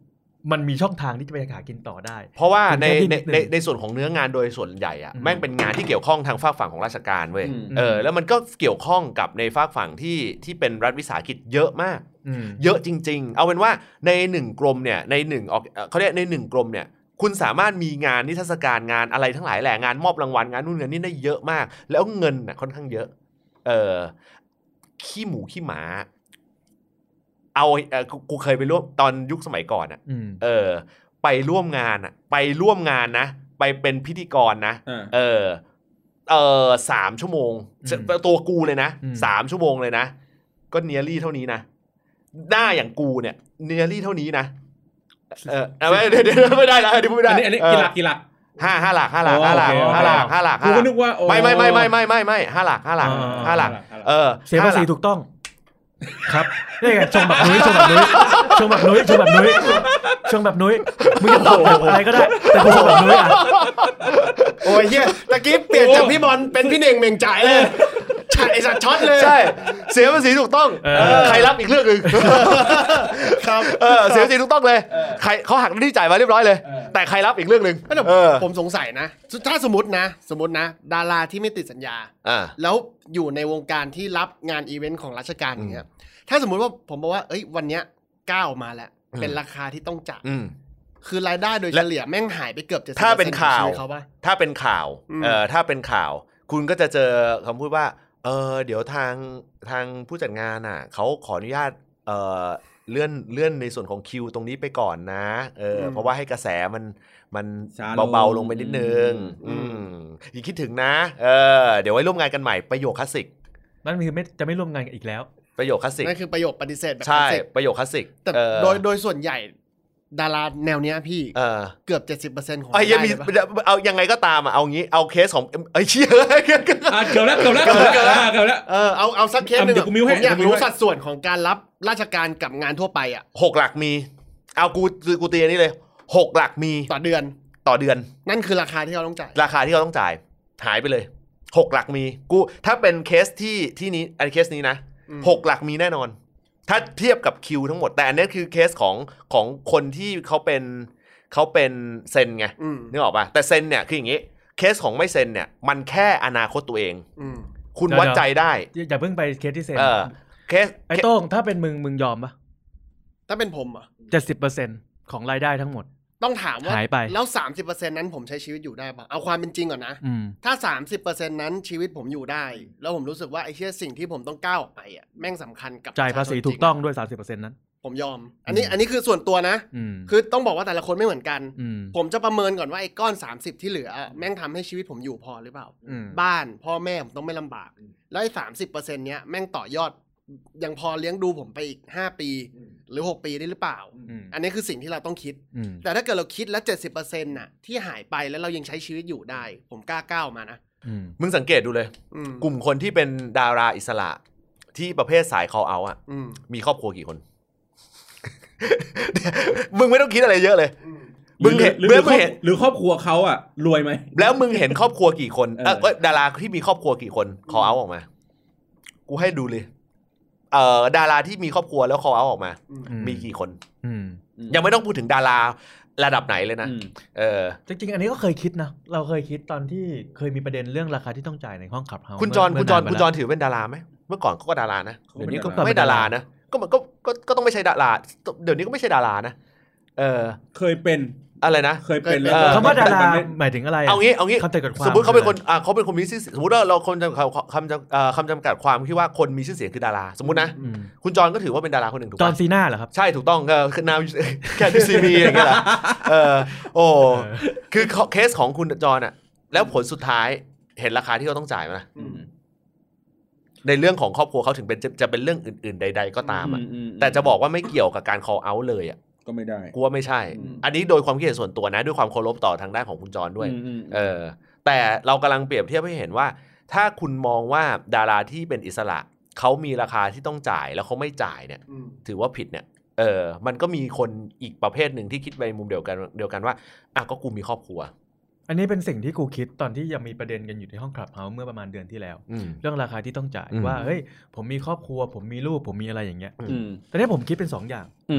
มันมีช่องทางที่จะไปหากินต่อได้เพราะว่าในในในในส่วนของเนื้องานโดยส่วนใหญ่อะแม่งเป็นงานที่เกี่ยวข้องทางฝากฝั่งของราชการเว้ยเออแล้วมันก็เกี่ยวข้องกับในฝากฝั่งที่ที่เป็นรัฐวิสาหกิจเยอะมากเยอะจริงๆเอาเป็นว่าในหนึ่งกรมเนี่ยในหนึ่งเขาเรียกในหนึ่งกรมเนี่ยคุณสามารถมีงานนิทรรศการงานอะไรทั้งหลายแหละงานมอบรางวัลงานนู่นงานนี่ได้เยอะมากแล้วเงินน่ะค่อนข้างเยอะเออขี้หมูขี้หมาเอาเออกูเคยไปร่วมตอนยุคสมัยก่อนอ่ะเออไปร่วมงานอ่ะไปร่วมงานนะไปเป็นพิธีกรนะเออเออสามชั่วโมงตัวกูเลยนะสามชั่วโมงเลยนะก็เนียรี่เท่านี้นะหน้าอย่างกูเนี่ยเนียรี่เท่านี้นะเออไม่เดี๋ยวไม่ได้แล้วดิไม่ได้อันนี้กี่หลักกี่หลักห้าห้าหลักห้าหลักห้าหลักห้าหลักห้าหลักกูก็นึกว่าไม่ไม่ไม่ไม่ไม่ไม่ไม่ห้าหลักห้าหลักห้าหลักเออเสียภาษีถูกต้องครับนี่ไงชงแบบนุ้ยชงแบบนุ้ยชงแบบนุ้ยชงแบบนุ้ยชงแบบนุ้ยมึงจะตอบอะไรก็ได้แต่กูชงแบบนุ้ยอ่ะโอ้ยเฮียตะกี้เปลี่ยนจากพี่บอลเป็นพี่เน่งเม่งจ่ายเลยใช่ไอ้สัตว์ช็อตเลยใช่เสียภาษีถูกต้องใครรับอีกเรื่องนึงครับเออเสียภาษีถูกต้องเลยใครเขาหักหน้าที่จ่ายมาเรียบร้อยเลยแต่ใครรับอีกเรื่องนึงผมสงสัยนะถ้าสมมตินะสมมตินะดาราที่ไม่ติดสัญญาแล้วอยู่ในวงการที่รับงานอีเวนต์ของราชการอย่างเงี้ยถ้าสมมุติว่าผมบอกว่าเอ้ยวันเนี้ยก้าวมาแล้วเป็นราคาที่ต้องจ่ายคือรายได้โดยเฉลี่ยแม่งหายไปเกือบจะถ้าเป็นข่าวถ้าเป็นข่าวเอ่อถ้าเป็นข่าวคุณก็จะเจอคำพูดว่าเออเดี๋ยวทางทางผู้จัดงานอ่ะเขาขออนุญาตเอ่อเลื่อนเลื่อนในส่วนของคิวตรงนี้ไปก่อนนะเออเพราะว่าให้กระแสมันมันเบาๆลงไปนิดนึงอืมอย่าคิดถึงนะเออเดี๋ยวไว้ร่วมงานกันใหม่ประโยคคลาสสิกนั่นคือไม่จะไม่ร่วมงานอีกแล้วประโยคคลาสสิกนั่นคือประโยคปฏิเสธแบบใช่ประโยคคลาสสิกแต่โดยโดยส่วนใหญ่ดาราแนวเนี้ยพี่เกือบ เจ็ดสิบเปอร์เซ็นต์ ของไอ้ยังมีเอายังไงก็ตามอ่ะเอางี้เอาเคสของไอ้เชี่ยเกือบแล้วเกือบแล้วเกือบแล้วเกือบแล้วเออเอาเอาสักเคสนึงผมอยากรู้สัดส่วนของการรับราชการกับงานทั่วไปอ่ะหกหลักมีเอากูกูตีอันนี้เลยหกหลักมีต่อเดือนต่อเดือนนั่นคือราคาที่เราต้องจ่ายราคาที่เราต้องจ่ายหายไปเลยหกหลักมีกูถ้าเป็นเคสที่ที่นี้ไอ้เคสนี้นะหกหลักมีแน่นอนถ้าเทียบกับคิวทั้งหมดแต่อันนี้คือเคสของของคนที่เขาเป็นเขาเป็นเซนไงนึกออกป่ะแต่เซนเนี่ยคืออย่างงี้เคสของไม่เซนเนี่ยมันแค่อนาคตตัวเองคุณวัดใจได้อย่าเพิ่งไปเคสที่เซนเคสไอ้โต้งถ้าเป็นมึงมึงยอมป่ะถ้าเป็นผมอ่ะเจ็ดสิบเปอร์เซ็นต์ ของรายได้ทั้งหมดต้องถามว่าแล้ว สามสิบเปอร์เซ็นต์ นั้นผมใช้ชีวิตอยู่ได้ป่ะเอาความเป็นจริงก่อนนะถ้า สามสิบเปอร์เซ็นต์ นั้นชีวิตผมอยู่ได้แล้วผมรู้สึกว่าไอ้เชี่ยสิ่งที่ผมต้องก้าวออกไปอ่ะแม่งสำคัญกับจ่ายภาษีถูกต้องด้วย สามสิบเปอร์เซ็นต์ นั้นผมยอมอันนี้อันนี้คือส่วนตัวนะคือต้องบอกว่าแต่ละคนไม่เหมือนกันผมจะประเมินก่อนว่าไอ้ก้อนสามสิบที่เหลือแม่งทำให้ชีวิตผมอยู่พอหรือเปล่าบ้านพ่อแม่ผมต้องไม่ลำบากแล้วไอ้ สามสิบเปอร์เซ็นต์ เนี้ยแม่งต่อยอดยังพอเลี้ยงดูผมไปอีกห้าปีหรือหกปีได้หรือเปล่าอันนี้คือสิ่งที่เราต้องคิดแต่ถ้าเกิดเราคิดแล้ว เจ็ดสิบเปอร์เซ็นต์ น่ะที่หายไปแล้วเรายังใช้ชีวิตอยู่ได้ผมกล้าก้าวมานะมึงสังเกตดูเลยกลุ่มคนที่เป็นดาราอิสระที่ประเภทสาย call out อ่ะมีครอบครัวกี่คน มึงไม่ต้องคิดอะไรเยอะเลยมึงเห็นหรือหรือครอบครัวเขาอ่ะรวยไหมแล้วมึงเห็นครอบครัวกี่คนเออดาราที่มีครอบครัวกี่คน call out ออกมากูให้ดูเลยเอ่อดาราที่มีครอบครัวแล้ว call out ออกมามีกี่คนยังไม่ต้องพูดถึงดาราระดับไหนเลยนะเออจริงๆอันนี้ก็เคยคิดนะเราเคยคิดตอนที่เคยมีประเด็นเรื่องราคาที่ต้องจ่ายในห้องขับเฮาคุณจรคุณจรคุณจรถือเป็นดาราไหมเมื่อก่อนก็ดารานะเดี๋ยวนี้ก็ไม่ดารานะก็มันก็ก็ต้องไม่ใช่ดาราเดี๋ยวนี้ก็ไม่ใช่ดารานะเออเคยเป็นอะไรนะเคยเป็นแล้วคำว่าดาราหมายถึงอะไรเอางี้เอางี้สมมติเขาเป็นคนอ่าเขาเป็นคนมีชื่อสมมติว่าเราคนจำคำจำคำจำกัดความที่ว่าคนมีชื่อเสียงคือดาราสมมตินะคุณจรก็ถือว่าเป็นดาราคนหนึ่งถูกไหมจรซีน่าเหรอครับใช่ถูกต้องก็คือนามแค่ที่ซีมีอย่างเงี้ยเออโอ้คือเคสของคุณจรอ่ะแล้วผลสุดท้ายเห็นราคาที่เขาต้องจ่ายไหมในเรื่องของครอบครัวเขาถึงเป็นจะเป็นเรื่องอื่นๆใดๆก็ตามอ่ะแต่จะบอกว่าไม่เกี่ยวกับการ call out เลยอ่ะก็ไม่ได้กูว่าไม่ใช่อันนี้โดยความคิดเห็นส่วนตัวนะด้วยความเคารพต่อทางด้านของคุณจรด้วยเออแต่เรากำลังเปรียบเทียบให้เห็นว่าถ้าคุณมองว่าดาราที่เป็นอิสระเขามีราคาที่ต้องจ่ายแล้วเขาไม่จ่ายเนี่ยถือว่าผิดเนี่ยเออมันก็มีคนอีกประเภทหนึ่งที่คิดไปมุมเดียวกันเดียวกันว่าอ่ะก็กูมีครอบครัวอันนี้เป็นสิ่งที่กูคิดตอนที่ยังมีประเด็นกันอยู่ในห้องคลับเฮาส์เมื่อประมาณเดือนที่แล้วเรื่องราคาที่ต้องจ่ายว่าเฮ้ยผมมีครอบครัวผมมีลูกผมมีอะไรอย่างเงี้ยแต่ที่ผมคิดเป็นสองอย่าง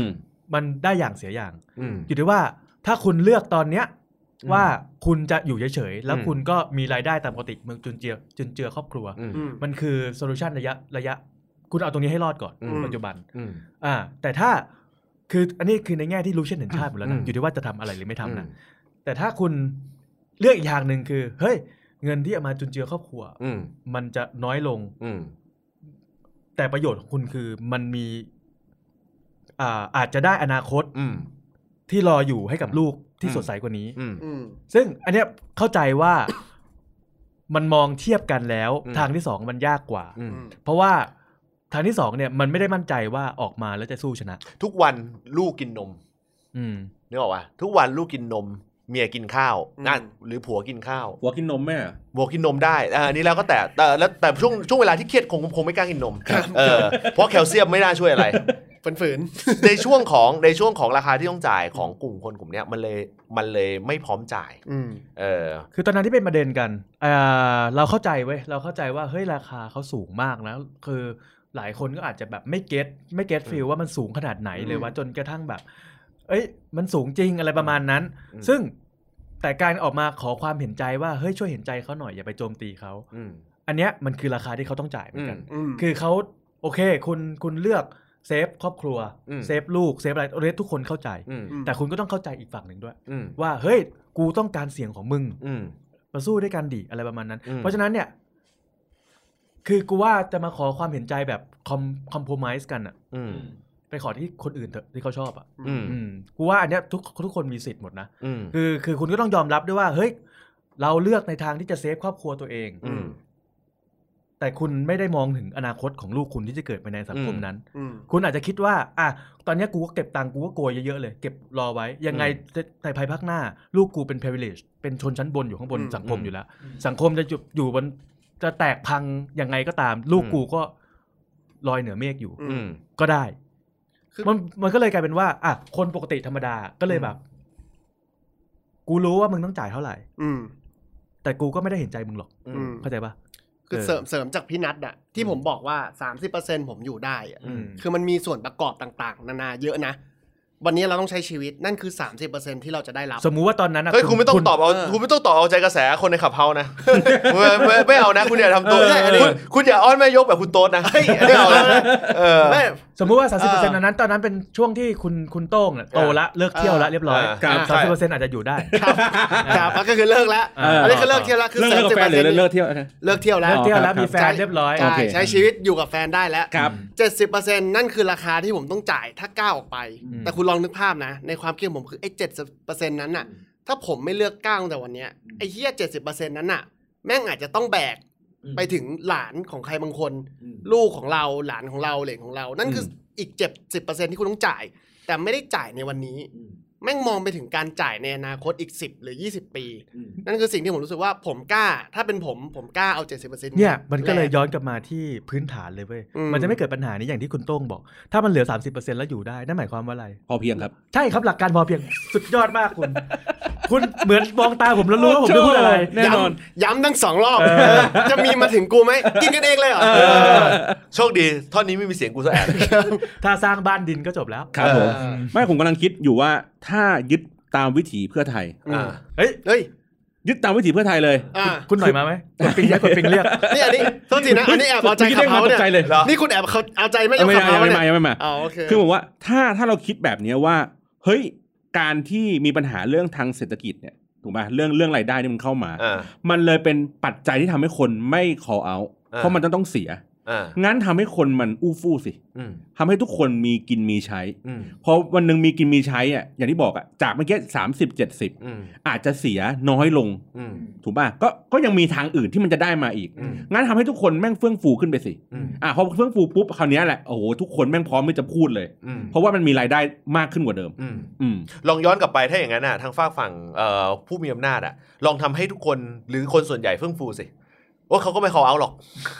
มันได้อย่างเสียอย่างอยู่ที่ว่าถ้าคุณเลือกตอนเนี้ยว่าคุณจะอยู่เฉยๆแล้วคุณก็มีรายได้ตามปกติเมืองจุนเจือจุนเจือครอบครัวมันคือโซลูชันระยะระยะคุณเอาตรงนี้ให้รอดก่อนปัจจุบันอ่าแต่ถ้าคืออันนี้คือในแง่ที่รู้เช่นเห็นชาติหมดแล้วนะอยู่ที่ว่าจะทำอะไรหรือไม่ทำนะแต่ถ้าคุณเลือกอีกอย่างหนึ่งคือเฮ้ยเงินที่เอามาจุนเจือครอบครัวมันจะน้อยลงแต่ประโยชน์ของคุณคือมันมีอ่าอาจจะได้อนาคตที่รออยู่ให้กับลูกที่สดใสกว่านี้ซึ่งอันเนี้ยเข้าใจว่ามันมองเทียบกันแล้วทางที่สองมันยากกว่าเพราะว่าทางที่สองเนี่ยมันไม่ได้มั่นใจว่าออกมาแล้วจะสู้ชนะทุกวันลูกกินนมนึกออกป่ะทุกวันลูกกินนมเมียกินข้าวนั่นหรือผัวกินข้าวผัวกินนมแม่ผัวกินนมได้อันนี้แล้วก็แต่แต่แล้วแต่ช่วงช่วงเวลาที่เครียดคงคงไม่กล้ากินนมเออเพราะแคลเซียมไม่น่าช่วยอะไรฝืนๆในช่วงของในช่วงของราคาที่ต้องจ่ายของกลุ่มคนกลุ่มนี้มันเลยมันเลยไม่พร้อมจ่ายเออคือตอนนั้นที่เป็นประเด็นกันเออเราเข้าใจเว้ยเราเข้าใจว่าเฮ้ยราคาเขาสูงมากนะคือหลายคนก็อาจจะแบบไม่เก็ตไม่เก็ตฟีลว่ามันสูงขนาดไหนเลยว่าจนกระทั่งแบบเอ้ยมันสูงจริงอะไรประมาณนั้นซึ่งแต่การออกมาขอความเห็นใจว่าเฮ้ยช่วยเห็นใจเขาหน่อยอย่าไปโจมตีเขาอันเนี้ยมันคือราคาที่เขาต้องจ่ายเหมือนกันคือเขาโอเคคุณคุณเลือกเซฟครอบครัวเซฟลูกเซฟอะไรเรทุกคนเข้าใจแต่คุณก็ต้องเข้าใจอีกฝั่งหนึ่งด้วยว่าเฮ้ยกูต้องการเสียงของมึงมาสู้ด้วยกันดิอะไรประมาณนั้นเพราะฉะนั้นเนี่ยคือกูว่าจะมาขอความเห็นใจแบบคอมคอมโพรไมซ์กันอ่ะไปขอที่คนอื่นเถอะที่เขาชอบอ่ะกูว่าอันเนี้ยทุกทุกคนมีสิทธิ์หมดนะคือคือคุณก็ต้องยอมรับด้วยว่าเฮ้ยเราเลือกในทางที่จะเซฟครอบครัวตัวเองแต่คุณไม่ได้มองถึงอนาคตของลูกคุณที่จะเกิดไปในสังคมนั้นคุณอาจจะคิดว่าอ่ะตอนนี้กูก็เก็บตังค์กูก็โกยเยอะๆเลยเก็บรอไว้ยังไงในภายภาคหน้าลูกกูเป็น privilege เป็นชนชั้นบนอยู่ข้างบนสังคมอยู่แล้วสังคมจะอยู่บนจะแตกพังยังไงก็ตามลูกกูก็ลอยเหนือเมฆอยู่ก็ได้มันมันก็เลยกลายเป็นว่าอ่ะคนปกติธรรมดาก็เลยแบบกูรู้ว่ามึงต้องจ่ายเท่าไหร่แต่กูก็ไม่ได้เห็นใจมึงหรอกเข้าใจปะคือเสริมเสริมจากพี่นัทอะที่ผมบอกว่า สามสิบเปอร์เซ็นต์ ผมอยู่ได้อะคือมันมีส่วนประกอบต่างๆนานาเยอะนะวันนี้เราต้องใช้ชีวิตนั่นคือ สามสิบเปอร์เซ็นต์ ที่เราจะได้รับสมมุติว่าตอนนั้นนะเฮ้ยคุณไม่ต้องตอบเอาคุณไม่ต้องตอบเอาใจกระแสคนในขับเฮานะไม่ไม่เอานะคุณอย่าทำตัวคุณคุณอย่าอ้อนแม่ยกแบบคุณโต๊ดนะไม่เอานะเออสมมุติว่า สามสิบเปอร์เซ็นต์ นั้นตอนนั้นเป็นช่วงที่คุณคุณโต้งโตละเลิกเที่ยวละเรียบร้อย สามสิบเปอร์เซ็นต์ อาจจะอยู่ได้ครับก็คือเลิกแล้วอันนี้คือเลิกเที่ยวแล้วคือสามสิบเปอร์เซ็นต์ เลิกเที่ยวเลิกเที่ยวแล้วเลิกเที่ยวแล้วมีแฟนเรียบร้อยใช้ชีวิตอยู่กับแฟนได้แล้วเจ็ดสิบเปอร์เซ็นต์ นั่นคือราคาที่ผมต้องจ่ายถ้าก้าวออกไปแต่คุณลองนึกภาพนะในความคิดผมคือไอ้ เจ็ดสิบเปอร์เซ็นต์ นั้นน่ะถ้าผมไม่เลือกก้าวตั้งแต่วันนี้ไอ้เหี้ย เจ็ดสิบเปอร์เซ็นต์ นั้นน่ะแม่งอาจจะต้องแบกไปถึงหลานของใครบางคนลูกของเราหลานของเราเหลนของเรานั่นคืออีก เจ็ดสิบเปอร์เซ็นต์ ที่คุณต้องจ่ายแต่ไม่ได้จ่ายในวันนี้แม่งมองไปถึงการจ่ายในอนาคตอีกสิบหรือยี่สิบปีนั่นคือสิ่งที่ผมรู้สึกว่าผมกล้าถ้าเป็นผมผมกล้าเอา เจ็ดสิบเปอร์เซ็นต์เนี่ยมันก็เลยย้อนกลับมาที่พื้นฐานเลยเว้ยมันจะไม่เกิดปัญหานี้อย่างที่คุณโต้งบอกถ้ามันเหลือ สามสิบเปอร์เซ็นต์ แล้วอยู่ได้นั่นหมายความว่าอะไรพอเพียงครับใช่ครับหลักการพอเพียงสุดยอดมากคุณคุณเหมือนมองตาผมแล้วรู้ว่าผมจะพูดอะไรแน่นอนย้ำทั้งสองรอบจะมีมาถึงกูไหมกินกันเองเลยเหรอโชคดีท่อนนี้ไม่มีเสียงกูซะแอบถ้าสร้างบ้านดินก็จบแล้วครับผมไม่ผมกำลังคิดอยู่ว่าถ้ายึดตามวิถีเพื่อไทยเฮ้ยเฮ้ยยึดตามวิถีเพื่อไทยเลยคุณหน่อยมาไหมกดปิงเรียกกดปิงเรียกนี่อันนี้โทษทีนะอันนี้แอบเอาใจขับเขาเนี่ยนี่คุณแอบเขาเอาใจไม่ยอมขับเขาเนี่ยไม่มาคือผมว่าถ้าถ้าเราคิดแบบนี้ว่าเฮ้ยการที่มีปัญหาเรื่องทางเศรษฐกิจเนี่ยถูกป่ะเรื่องเรื่องรายได้นี่มันเข้ามามันเลยเป็นปัจจัยที่ทำให้คนไม่ call out เพราะมันต้องต้องเสียงั้นทำให้คนมันอู้ฟู่สิทำให้ทุกคนมีกินมีใช้พอวันนึงมีกินมีใช้อ่ะอย่างที่บอกอ่ะจากเมื่อกี้สามสิบ เจ็ดสิบอาจจะเสียน้อยลงถูกป่ะก็ก็ยังมีทางอื่นที่มันจะได้มาอีกงั้นทำให้ทุกคนแม่งเฟื่องฟูขึ้นไปสิอ่ะพอเฟื่องฟูปุ๊บคราวนี้แหละโอ้โหทุกคนแม่งพร้อมที่จะพูดเลยเพราะว่ามันมีรายได้มากขึ้นกว่าเดิมลองย้อนกลับไปถ้าอย่างนั้นอ่ะทางฝากฝั่งผู้มีอำนาจอ่ะลองทำให้ทุกคนหรือคนส่วนใหญ่เฟื่องฟูสิว่าเขาก็ไม่ call out หรอก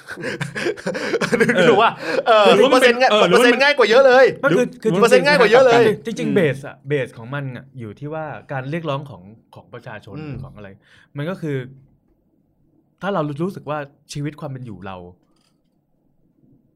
หรือว่าเออเปอร์เซ็นต์ง่ายเปอร์เซ็นต์ง่ายกว่าเยอะเลยเปอร์เซ็นต์ง่ายกว่าเยอะเลยจริงๆเบสอะเบสของมันอะอยู่ที่ว่าการเรียกร้องของของประชาชนของอะไรมันก็คือถ้าเรารู้สึกว่าชีวิตความเป็นอยู่เรา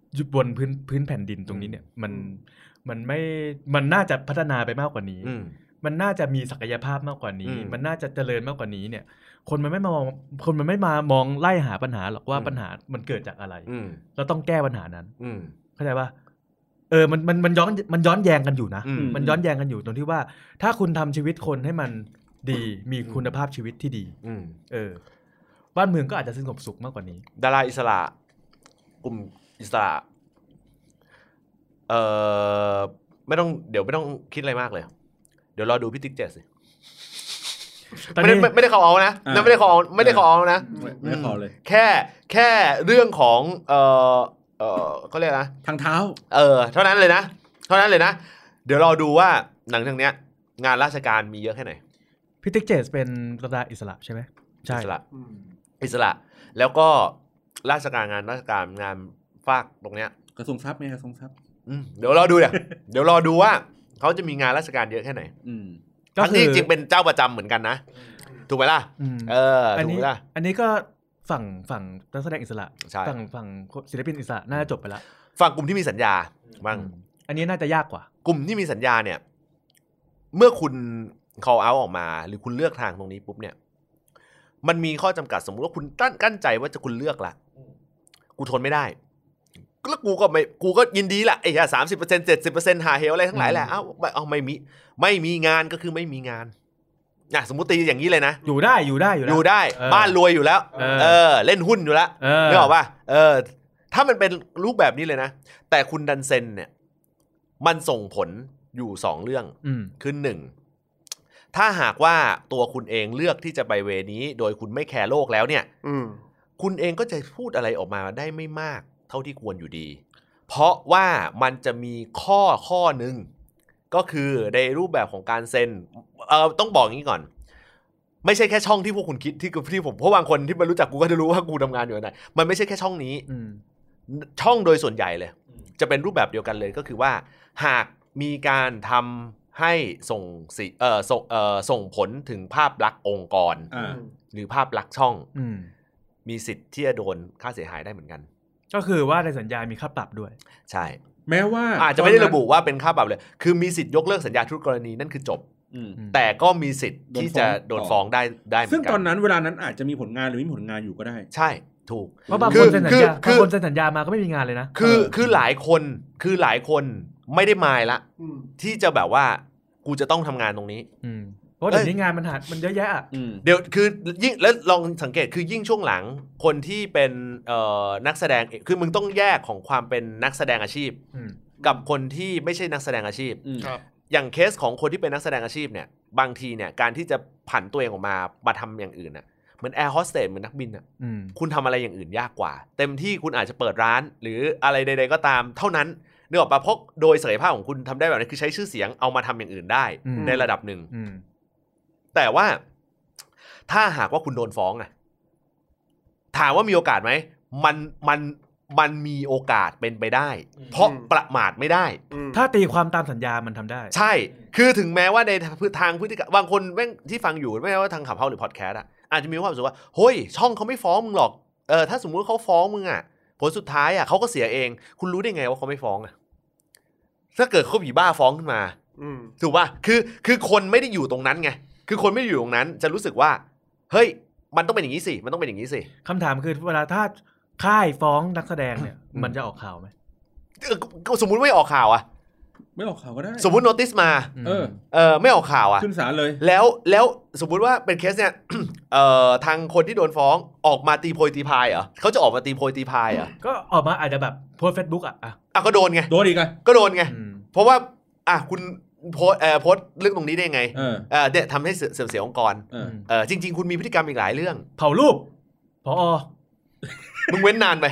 บนพื้นพื้นแผ่นดินตรงนี้เนี่ยมันมันไม่มันน่าจะพัฒนาไปมากกว่านี้มันน่าจะมีศักยภาพมากกว่านี้มันน่าจะเจริญมากกว่านี้เนี่ยคนมันไม่มามองคนมันไม่มามองไล่หาปัญหาหรอกว่าปัญหามันเกิดจากอะไรเราต้องแก้ปัญหานั้นเข้าใจป่ะเออมันมันมันย้อนมันย้อนแย้งกันอยู่นะมันย้อนแย้งกันอยู่ตรงที่ว่าถ้าคุณทำชีวิตคนให้มันดีมีคุณภาพชีวิตที่ดีเออบ้านเมืองก็อาจจะสงบสุขมากกว่านี้ดาราอิสระกลุ่มอิสระเอ่อไม่ต้องเดี๋ยวไม่ต้องคิดอะไรมากเลยเดี๋ยวรอดูพี่ติ๊กเจ็ดสิไม่ได้ไม่ได้เขาเอานะไม่ได้เขาเอาไม่ได้เขาเอานะไม่ได้เขาเลยแค่แค่เรื่องของเอ่อเอ่อเขาเรียกนะทางเท้าเออเท่านั้นเลยนะเท่านั้นเลยนะเดี๋ยวรอดูว่าหลังจากเนี้ยงานราชการมีเยอะแค่ไหนพี่ติ๊กเจ็ดเป็นดาราอิสระใช่ไหมใช่อิสระอิสระแล้วก็ราชการงานราชการงานฝากตรงเนี้ยกระทรวงทรัพย์ไหมกระทรวงทรัพย์เดี๋ยวรอดูเนี่ยเดี๋ยวรอดูว่าเขาจะมีงานราชการเยอะแค่ไหนทั้งที่จริงเป็นเจ้าประจำเหมือนกันนะถูกไหมล่ะเออถูกไหมล่ะอันนี้ก็ฝั่งฝั่งนักแสดงอิสระฝั่งฝั่งศิลปินอิสระน่าจะจบไปแล้วฝั่งกลุ่มที่มีสัญญาบ้างอันนี้น่าจะยากกว่ากลุ่มที่มีสัญญาเนี่ยเมื่อคุณ call out ออกมาหรือคุณเลือกทางตรงนี้ปุ๊บเนี่ยมันมีข้อจำกัดสมมุติว่าคุณตั้งกั้นใจว่าจะคุณเลือกละกูทนไม่ได้แล้วกูก็ไม่กูก็ยินดีแหละไอ้สามสิบเปอร์เซ็นต์เจ็ดสิบเปอร์เซ็นต์หาเฮลอะไรทั้งหลายแหละเอ้าเอาไม่มีไม่มีงานก็คือไม่มีงานอ่ะสมมติตีอย่างนี้เลยนะอยู่ได้อยู่ได้อยู่อยู่ได้บ้านรวยอยู่แล้วเออเล่นหุ้นอยู่แล้วนึกออกป่ะเออถ้ามันเป็นรูปแบบนี้เลยนะแต่คุณดันเซนเนี่ยมันส่งผลอยู่สองเรื่องคือหนึ่งถ้าหากว่าตัวคุณเองเลือกที่จะไปเวนี้โดยคุณไม่แคร์โลกแล้วเนี่ยคุณเองก็จะพูดอะไรออกมาได้ไม่มากเท่าที่ควรอยู่ดีเพราะว่ามันจะมีข้อข้อหนึ่งก็คือในรูปแบบของการเซ็นเออต้องบอกงี้ก่อนไม่ใช่แค่ช่องที่พวกคุณคิดที่ที่ผมเพราะบางคนที่มารู้จักกูก็จะรู้ว่ากูทำงานอยู่ไหนมันไม่ใช่แค่ช่องนี้ช่องโดยส่วนใหญ่เลยจะเป็นรูปแบบเดียวกันเลยก็คือว่าหากมีการทำให้ส่งสิเอ่อส่งเอ่อส่งผลถึงภาพลักษณ์องค์กรหรือภาพลักษณ์ช่องมีสิทธิ์ที่จะโดนค่าเสียหายได้เหมือนกันก็คือว่าในสัญญามีค่าปรับด้วยใช่แม้ว่าอาจจะไม่ได้ระบุว่าเป็นค่าปรับเลยคือมีสิทธิ์ยกเลิกสัญญาทุกกรณีนั่นคือจบแต่ก็มีสิทธิ์ที่จะโดนฟ้องได้ได้เหมือนกันซึ่งตอนนั้นเวลานั้นอาจจะมีผลงานหรือไม่มีผลงานอยู่ก็ได้ใช่ถูกเพราะบางคนเซ็นสัญญาบางคนเซ็นสัญญามาก็ไม่มีงานเลยนะคือคือหลายคนคือหลายคนไม่ได้มายละที่จะแบบว่ากูจะต้องทำงานตรงนี้เพราะเดี๋ยวนี้งานมันหามันเยอะแยะอ่ะเดี๋ยวคือยิ่งแล้วลองสังเกตคือยิ่งช่วงหลังคนที่เป็นเอ่อนักแสดงคือมึงต้องแยกของความเป็นนักแสดงอาชีพกับคนที่ไม่ใช่นักแสดงอาชีพอย่างเคสของคนที่เป็นนักแสดงอาชีพเนี่ยบางทีเนี่ยการที่จะผันตัวเองออกมามาทำอย่างอื่นน่ะเหมือนแอร์โฮสเตสเหมือนนักบินอ่ะคุณทำอะไรอย่างอื่นยากกว่าเต็มที่คุณอาจจะเปิดร้านหรืออะไรใดๆก็ตามเท่านั้นนึกออกป่ะเพราะโดยศักยภาพของคุณทำได้แบบนี้คือใช้ชื่อเสียงเอามาทำอย่างอื่นได้ในระดับหนึ่งแต่ว่าถ้าหากว่าคุณโดนฟ้องอะถามว่ามีโอกาสไหมมันมันมันมีโอกาสเป็นไปได้เพราะประมาทไม่ได้ถ้าตีความตามสัญญามันทำได้ใช่คือถึงแม้ว่าในทางพฤติกรรมบางคนแม่งที่ฟังอยู่ไม่ว่าทางขับเฮ้าหรือพอดแคสต์อะอาจจะมีความรู้สึกว่าเฮ้ยช่องเขาไม่ฟ้องมึงหรอกเออถ้าสมมุติเขาฟ้องมึงอะผลสุดท้ายอะเขาก็เสียเองคุณรู้ได้ไงว่าเขาไม่ฟ้องอะถ้าเกิดเขาผีบ้าฟ้องขึ้นมาถูกป่ะคือคือคนไม่ได้อยู่ตรงนั้นไงคือคนไม่อยู่ตรงนั้นจะรู้สึกว่าเฮ้ยมันต้องเป็นอย่างนี้สิมันต้องเป็นอย่างนี้สิคำถามคือเวลาถ้าค่ายฟ้องนักแสดงเนี่ยมันจะออกข่าวไหมสมมุติไม่ออกข่าวอะไม่ออกข่าวก็ได้สมมุติโนติสมาเออเออไม่ออกข่าวอะขึ้นศาลเลยแล้วแล้วสมมุติว่าเป็นเคสเนี่ยเอ่อทางคนที่โดนฟ้องออกมาตีโพยตีพายเหรอเขาจะออกมาตีโพยตีพายเหรอก็ออกมาอาจจะแบบโพสเฟซบุ๊กอะอ่ะก็โดนไงโดนอีกไงก็โดนไงเพราะว่าอ่ะคุณโพสเอ่อโพสเรื่องตรงนี้ได้ไงเออเออเนี่ยทำให้เสื่อมเสียองค์กรเออจริงๆคุณมีพฤติกรรมอีกหลายเรื่องเผารูปผอ. มึงเว้นนานไป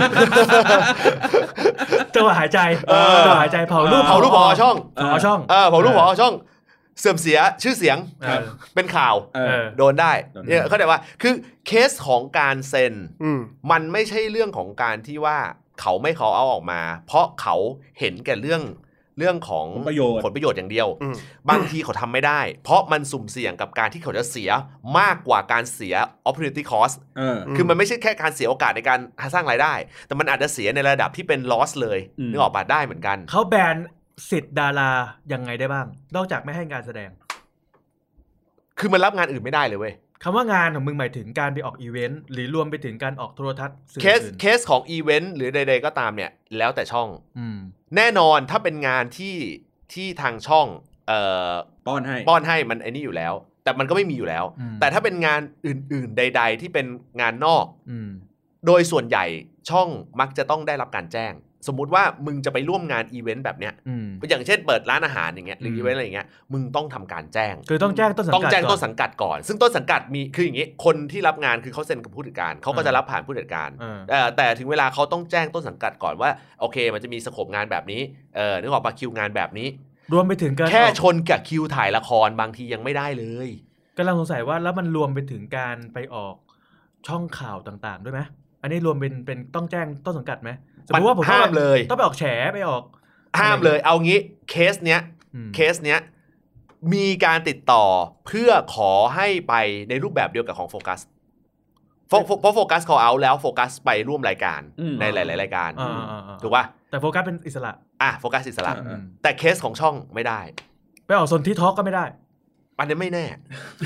จังหวะหายใจจังหวะหายใจเผารูปเผารูปผอ.ช่องผอ.ช่องเออเผารูปผอ.ช่องเสื่อมเสียชื่อเสียงเป็นข่าวโดนได้เนี่ยเข้าใจว่าคือเคสของการเซ็นมันไม่ใช่เรื่องของการที่ว่าเขาไม่เขาเอาออกมาเพราะเขาเห็นแก่เรื่องเรื่องของผลประโยชน์ผลประโยชน์อย่างเดียวบางทีเขาทำไม่ได้เพราะมันสุ่มเสี่ยงกับการที่เขาจะเสียมากกว่าการเสีย opportunity cost คือมันไม่ใช่แค่การเสียโอกาสในการสร้างรายได้แต่มันอาจจะเสียในระดับที่เป็น loss เลยนึกออกป่ะได้เหมือนกันเขาแบนสิทธิ์ดารายังไงได้บ้างนอกจากไม่ให้การแสดงคือมันรับงานอื่นไม่ได้เลยเว้ยคำว่างานของมึงหมายถึงการไปออกอีเวนต์หรือรวมไปถึงการออกโทรทัศน์เคสเคสของอีเวนต์หรือใดๆก็ตามเนี่ยแล้วแต่ช่องแน่นอนถ้าเป็นงานที่ที่ทางช่องเอ่อป้อนให้ป้อนให้มันไอ้นี่อยู่แล้วแต่มันก็ไม่มีอยู่แล้วแต่ถ้าเป็นงานอื่นๆใดๆที่เป็นงานนอกโดยส่วนใหญ่ช่องมักจะต้องได้รับการแจ้งสมมุติว่ามึงจะไปร่วมงานอีเวนต์แบบเนี้ยอย่างเช่นเปิดร้านอาหารอย่างเงี้ยหรืออีเวนต์อะไรอย่างเงี้ยมึงต้องทำการแจ้งคือต้องแจ้งต้นสังกัดต้องแจ้งต้นสังกัดก่อนซึ่งต้นสังกัดมีคืออย่างงี้คนที่รับงานคือเขาเซ็นกับผู้จัดการเขาก็จะรับผ่านผู้จัดการแต่ถึงเวลาเขาต้องแจ้งต้นสังกัดก่อนว่าโอเคมันจะมีสโคปงานแบบนี้เออนึกออกปะคิวงานแบบนี้รวมไปถึงการแค่ชนกับคิวถ่ายละครบางทียังไม่ได้เลยกำลังสงสัยว่าแล้วมันรวมไปถึงการไปออกช่องข่าวต่างๆด้วยไหมอันนี้รวมเป็นเป็นต้องแจ้งต้นสังกัดไหมสมมติว่าผมห้ามเลยต้องไปออกแฉไปออกห้ามเลยเอางี้เคสเนี้ยเคสเนี้ยมีการติดต่อเพื่อขอให้ไปในรูปแบบเดียวกับของโฟกัสเพราะโฟกัส call out แล้วโฟกัสไปร่วมรายการในหลายๆรายการถูกป่ะแต่โฟกัสเป็นอิสระอ่ะโฟกัสอิสระแต่เคสของช่องไม่ได้ไปออกสนที่ทอล์กก็ไม่ได้อันนี้ไม่แน่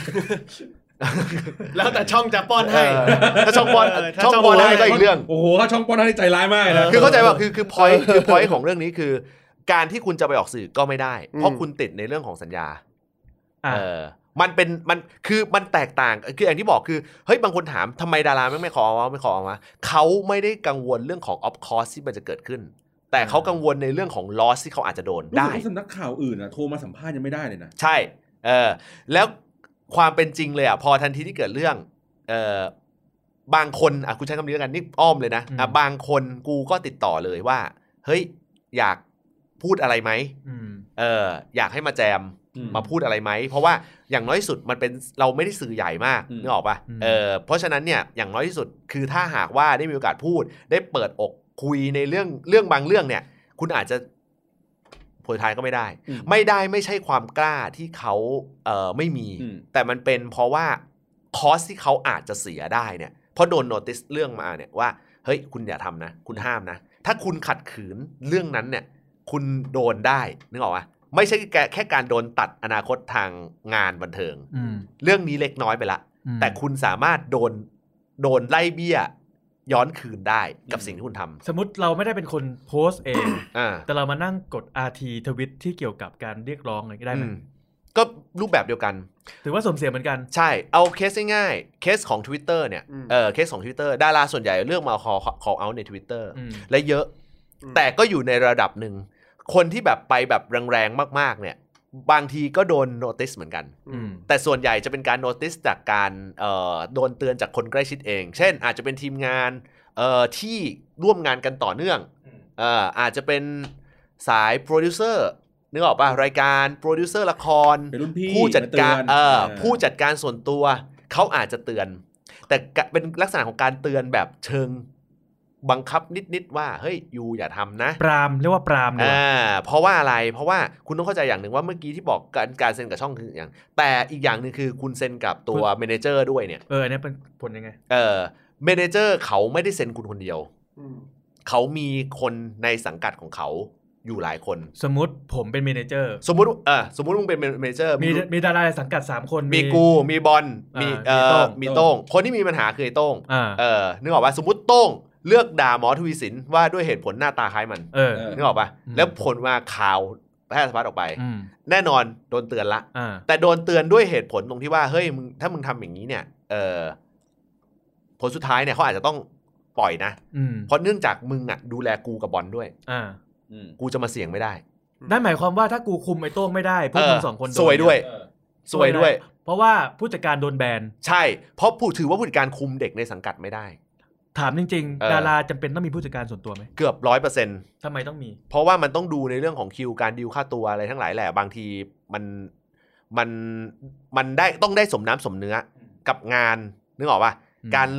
แล้วแต่ช่องจะป้อนให้ถ้าช่องป้อนช่องป้อนให้ก็อีกเรื่องโอ้โหถ้าช่องป้อนให้ใจร้ายมากนะคือเข้าใจว่าคือคือ point คือ point ของเรื่องนี้คือการที่คุณจะไปออกสื่อก็ไม่ได้เพราะคุณติดในเรื่องของสัญญาเออมันเป็นมันคือมันแตกต่างคืออย่างที่บอกคือเฮ้ยบางคนถามทำไมดาราไม่ไม่ขอไม่ขอมาเขาไม่ได้กังวลเรื่องของ off cost ที่มันจะเกิดขึ้นแต่เขากังวลในเรื่องของ loss ที่เขาอาจจะโดนได้สำนักข่าวอื่นอ่ะโทรมาสัมภาษณ์ยังไม่ได้เลยนะใช่เออแล้วความเป็นจริงเลยอ่ะพอทันทีที่เกิดเรื่องเอ่อบางคนอ่ะกูใช้คำนี้แล้วกันนี่อ้อมเลยนะอ่ะบางคนกูก็ติดต่อเลยว่าเฮ้ยอยากพูดอะไรไหมเอออยากให้มาแจมมาพูดอะไรไหมเพราะว่าอย่างน้อยที่สุดมันเป็นเราไม่ได้สื่อใหญ่มากนึกออกป่ะเออเพราะฉะนั้นเนี่ยอย่างน้อยที่สุดคือถ้าหากว่าได้มีโอกาสพูดได้เปิดอกคุยในเรื่องเรื่องบางเรื่องเนี่ยคุณอาจจะผลท้ายก็ไม่ได้ไม่ได้ไม่ใช่ความกล้าที่เขาเอ่อไม่มีแต่มันเป็นเพราะว่าคอสที่เขาอาจจะเสียได้เนี่ยเพราะโดนโนติสเรื่องมาเนี่ยว่าเฮ้ยคุณอย่าทำนะคุณห้ามนะถ้าคุณขัดขืนเรื่องนั้นเนี่ยคุณโดนได้นึกออกปะไม่ใช่แค่แค่การโดนตัดอนาคตทางงานบันเทิงเรื่องนี้เล็กน้อยไปละแต่คุณสามารถโดนโดนไล่เบี้ยย้อนคืนได้กับสิ่งที่คุณทำสมมติเราไม่ได้เป็นคนโพสต์เอง แต่เรามานั่งกด อาร์ ที ทวิตที่เกี่ยวกับการเรียกร้องอะไรก็ได้ไหมก็รูปแบบเดียวกันถือว่าสมเสียเหมือนกันใช่เอาเคสง่ายๆเคสของ Twitter เนี่ยเออเคสของ Twitter ดาราส่วนใหญ่เลือกมา call call out ใน Twitter และเยอะแต่ก็อยู่ในระดับหนึ่งคนที่แบบไปแบบแรงๆมากๆเนี่ยบางทีก็โดนโนติสเหมือนกันแต่ส่วนใหญ่จะเป็นการโนติสจากการเอ่อโดนเตือนจากคนใกล้ชิดเองเช่นอาจจะเป็นทีมงานเอ่อที่ร่วมงานกันต่อเนื่องเอ่ออาจจะเป็นสายโปรดิวเซอร์นึกออกป่ะรายการโปรดิวเซอร์ละครผู้จัดการเอ่อผู้จัดการส่วนตัวเขาอาจจะเตือนแต่เป็นลักษณะของการเตือนแบบเชิงบังคับนิดๆว่าเฮ้ยยูอย่าทำนะปรามเรียกว่าปรามอ่าเพราะว่าอะไรเพราะว่าคุณต้องเข้าใจอย่างหนึ่งว่าเมื่อกี้ที่บอกการการเซ็นกับช่องคืออย่างแต่อีกอย่างนึงคือคุณเซ็นกับตัวเมเนเจอร์ด้วยเนี่ยเออเนี่ยเป็นผลยังไงเออเมเนเจอร์เขาไม่ได้เซ็นคุณคนเดียวเขามีคนในสังกัดของเขาอยู่หลายคนสมมุติผมเป็นเมเนเจอร์สมมุติเออสมมุติมึงเป็นเมเนเจอร์มีมีดาราสังกัดสามคนมีกูมีบอลมีเอ่อมีโต้งคนที่มีปัญหาคือไอ้โต้งเออนึกออกป่ะสมมุติโต้งเลือกด่าหมอทวีสินว่าด้วยเหตุผลหน้าตาคล้ายมันนึกออกป่ะแล้วผลมาข่าวแพร่สะพัดออกไปแน่นอนโดนเตือนละแต่โดนเตือนด้วยเหตุผลตรงที่ว่าเฮ้ยมึงถ้ามึงทำอย่างนี้เนี่ยเออผลสุดท้ายเนี่ยเขาอาจจะต้องปล่อยนะเพราะเนื่องจากมึงอ่ะดูแลกูกับบอลด้วยกูจะมาเสี่ยงไม่ได้นั่นหมายความว่าถ้ากูคุมไอ้โต้งไม่ได้พวกมึงสองคนซวยด้วยซวยด้วยเพราะว่าผู้จัดการโดนแบนใช่เพราะผู้ถือว่าผู้จัดการคุมเด็กในสังกัดไม่ได้ถามจริงๆดาราจำเป็นต้องมีผู้จัดการส่วนตัวไหมเกือบ ร้อยเปอร์เซ็นต์ทำไมต้องมีเพราะว่ามันต้องดูในเรื่องของคิวการดีลค่าตัวอะไรทั้งหลายแหละบางทีมันมันมันได้ต้องได้สมน้ำสมเนื้อกับงานนึกออกป่ะการเรียก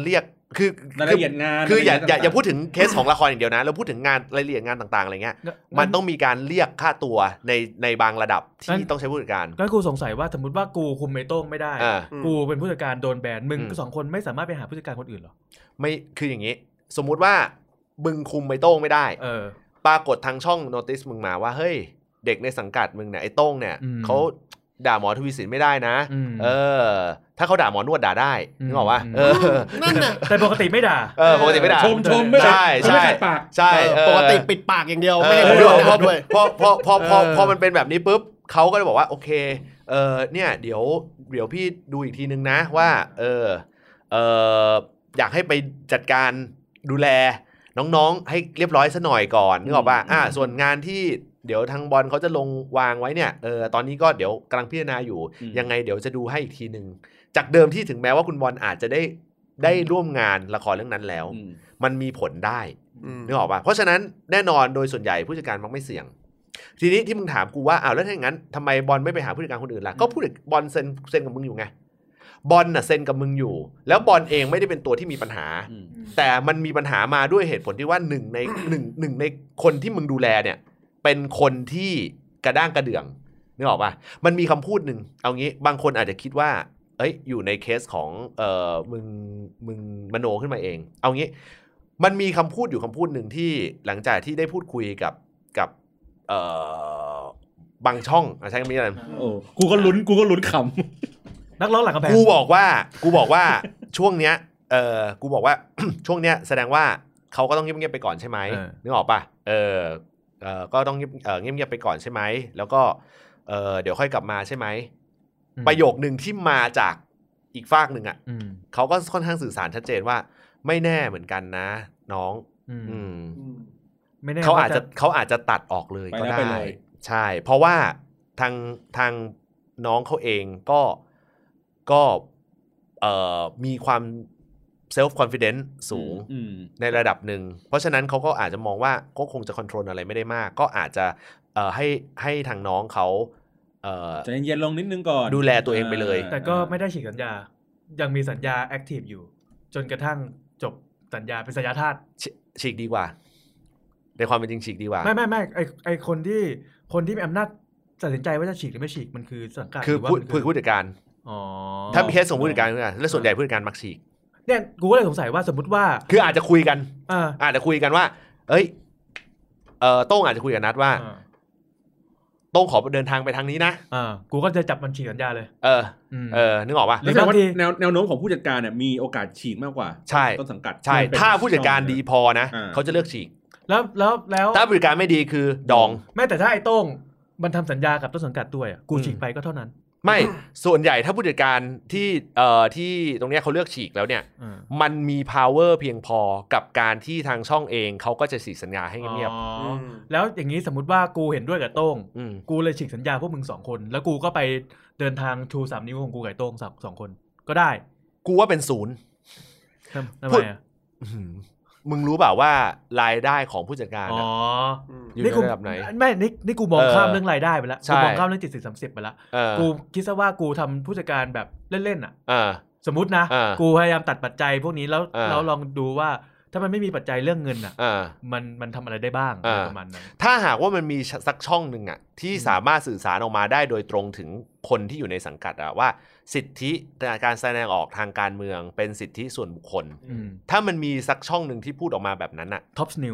คือรายละเอียดงานคืออย่าอย่าอย่าพูดถึงเคสของละครอย่างเดียวนะเราพูดถึงงานรายละเอียดงานต่างๆอะไรเงี้ยมันต้องมีการเรียกค่าตัวในในบางระดับที่ต้องใช้ผู้จัดการก็กูสงสัยว่าสมมติว่ากูคุมไอ้โต้งไม่ได้กูเป็นผู้จัดการโดนแบนมึงสองคนไม่สามารถไปหาผู้จัดการคนอื่นหรอไม่คืออย่างนี้สมมุติว่ามึงคุมไอ้โต้งไม่ได้ปรากฏทางช่องโนติสมึงมาว่าเฮ้ยเด็กในสังกัดมึงเนี่ยไอ้โต้งเนี่ยเขาด่าหมอทวีสินไม่ได้นะเออถ้าเขาด่าหมอนวดด่าได้นึกออกป่ะเออนั่นน่ะแต่ปกติไม่ด่าเออปกติไม่ด่าชมชมไม่ใช่ใช่ใช่ปกติปิดปากอย่างเดียวไม่ให้ด่าด้วยพอพอพอพอพอมันเป็นแบบนี้ปุ๊บเขาก็เลยบอกว่าโอเคเออเนี่ยเดี๋ยวเดี๋ยวพี่ดูอีกทีนึงนะว่าเออเอออยากให้ไปจัดการดูแลน้องๆให้เรียบร้อยซะหน่อยก่อนนึกออกป่ะอ่าส่วนงานที่เดี๋ยวทางบอลเขาจะลงวางไว้เนี่ยเออตอนนี้ก็เดี๋ยวกำลังพิจารณาอยู่ยังไงเดี๋ยวจะดูให้อีกทีนึงจากเดิมที่ถึงแม้ว่าคุณบอลอาจจะได้ได้ร่วมงานละครเรื่องนั้นแล้วมันมีผลได้นึกออกป่ะเพราะฉะนั้นแน่นอนโดยส่วนใหญ่ผู้จัดการมักไม่เสี่ยงทีนี้ที่มึงถามกูว่าอ้าวแล้วถ้าอย่างนั้นทำไมบอลไม่ไปหาผู้จัดการคนอื่นล่ะก็ผู้จัดบอลเซ็นเซ็นกับมึงอยู่ไงบอลน่ะเซ็นกับมึงอยู่แล้วบอลเองไม่ได้เป็นตัวที่มีปัญหาแต่มันมีปัญหามาด้วยเหตุผลที่ว่าหนึ่งในหนึ่งหนึ่งในคนที่มึงดูแลเนี่ยเป็นคนที่กระด้างกระเดื่องนึกออกป่ะมันมีคำพูดหนึ่งเอางี้บางคนอาจจะคิดว่าเอ้ยอยู่ในเคสของเอ่อมึงมึงมโนขึ้นมาเองเอางี้มันมีคำพูดอยู่คำพูดหนึ่งที่หลังจากที่ได้พูดคุยกับกับเอ่อบางช่องใช้คำนี้อะไรโอ้กูก็ลุ้นกูก็ลุ้นขำนักร้องหลังกำแพงกูบอกว่ากูบอกว่าช่วงเนี้ยเออกูบอกว่า ช่วงเนี้ยแสดงว่าเขาก็ต้องเงียบๆไปก่อนใช่ไหมนึกออกป่ะเออเอ่อก็ต้องเงียบเอ่อเงียบๆไปก่อนใช่ไหมแล้วก็เออเดี๋ยวค่อยกลับมาใช่ไหมประโยคนึงที่มาจากอีกฝากหนึ่งอ่ะเขาก็ค่อนข้างสื่อสารชัดเจนว่าไม่แน่เหมือนกันนะน้องอืมไม่แน่เขาอาจจะเขาอาจจะตัดออกเลยก็ได้ใช่เพราะว่าทางทางน้องเขาเองก็ก็เอ่อมีความself confidence สูงในระดับหนึ่งเพราะฉะนั้นเขาก็อาจจะมองว่าก็คงจะ control อะไรไม่ได้มากก็อาจจะเอ่อให้ให้ทางน้องเขาเอ่อใจเย็นลงนิดนึงก่อนดูแลตัวเองไปเลยแต่ก็ไม่ได้ฉีกสัญญายังมีสัญญา active อยู่จนกระทั่งจบสัญญาเป็นสัญญาทาสฉีกดีกว่าในความเป็นจริงฉีกดีกว่าไม่ไม่ไม่ไอไอคนที่คนที่มีอำนาจตัดสินใจว่าจะฉีกหรือไม่ฉีกมันคือสังกัดคือผู้ผู้จัดการอ๋อถ้ามีเคสส่งผู้จัดการเนี่ยและส่วนใหญ่ผู้จัดการมักฉีกเนี่ยกูก็เลยสงสัยว่าสมมติว่าคืออาจจะคุยกันอ่าอาจจะคุยกันว่าเอ้ยเอ่อโต้งอาจจะคุยกับนัทว่าโต้งขอเดินทางไปทางนี้นะอ่ากูก็จะจับมันฉีกสัญญาเลยเออเออนึกออกป่ะหรือบางทีแนวแนวโน้มของผู้จัดการเนี่ยมีโอกาสฉีกมากกว่าใช่ต้นสังกัดใช่ถ้าผู้จัดการดีพอนะเขาจะเลือกฉีกแล้วแล้วแล้วถ้าผู้จัดการไม่ดีคือดองแม้แต่ถ้าไอ้โต้งมันทำสัญญากับต้นสังกัดด้วยกูฉีกไปก็เท่านั้นไม่ส่วนใหญ่ถ้าผู้จัดการที่เอ่อที่ตรงนี้เขาเลือกฉีกแล้วเนี่ยมันมี power เพียงพอกับการที่ทางช่องเองเขาก็จะฉีกสัญญาให้เงียบๆแล้วอย่างนี้สมมติว่ากูเห็นด้วยกับโต้งกูเลยฉีกสัญญาพวกมึงสองคนแล้วกูก็ไปเดินทางชูสามนิ้วของกูกับโต้งสองคนก็ได้กูว่าเป็นศูนย์ทำไมอ่ะมึงรู้เปล่าว่ารายได้ของผู้จัดการอ๋ออยู่ในระดับไหนไม่นี่นี่กูมองข้ามเรื่องรายได้ไปแล้วกูมองข้ามเรื่องเจ็ดสิบ สามสิบไปแล้วกูคิดซะว่ากูทำผู้จัดการแบบเล่นๆอ่ะสมมุตินะกูพยายามตัดปัจจัยพวกนี้แล้วแล้วลองดูว่าถ้ามันไม่มีปัจจัยเรื่องเงินอ่ะมันมันทำอะไรได้บ้างประมาณนั้นถ้าหากว่ามันมีสักช่องนึงอ่ะที่สามารถสื่อสารออกมาได้โดยตรงถึงคนที่อยู่ในสังกัดอะว่าสิทธิการแสดงออกทางการเมืองเป็นสิทธิส่วนบุคคลถ้ามันมีสักช่องนึงที่พูดออกมาแบบนั้นอะท็อปนิว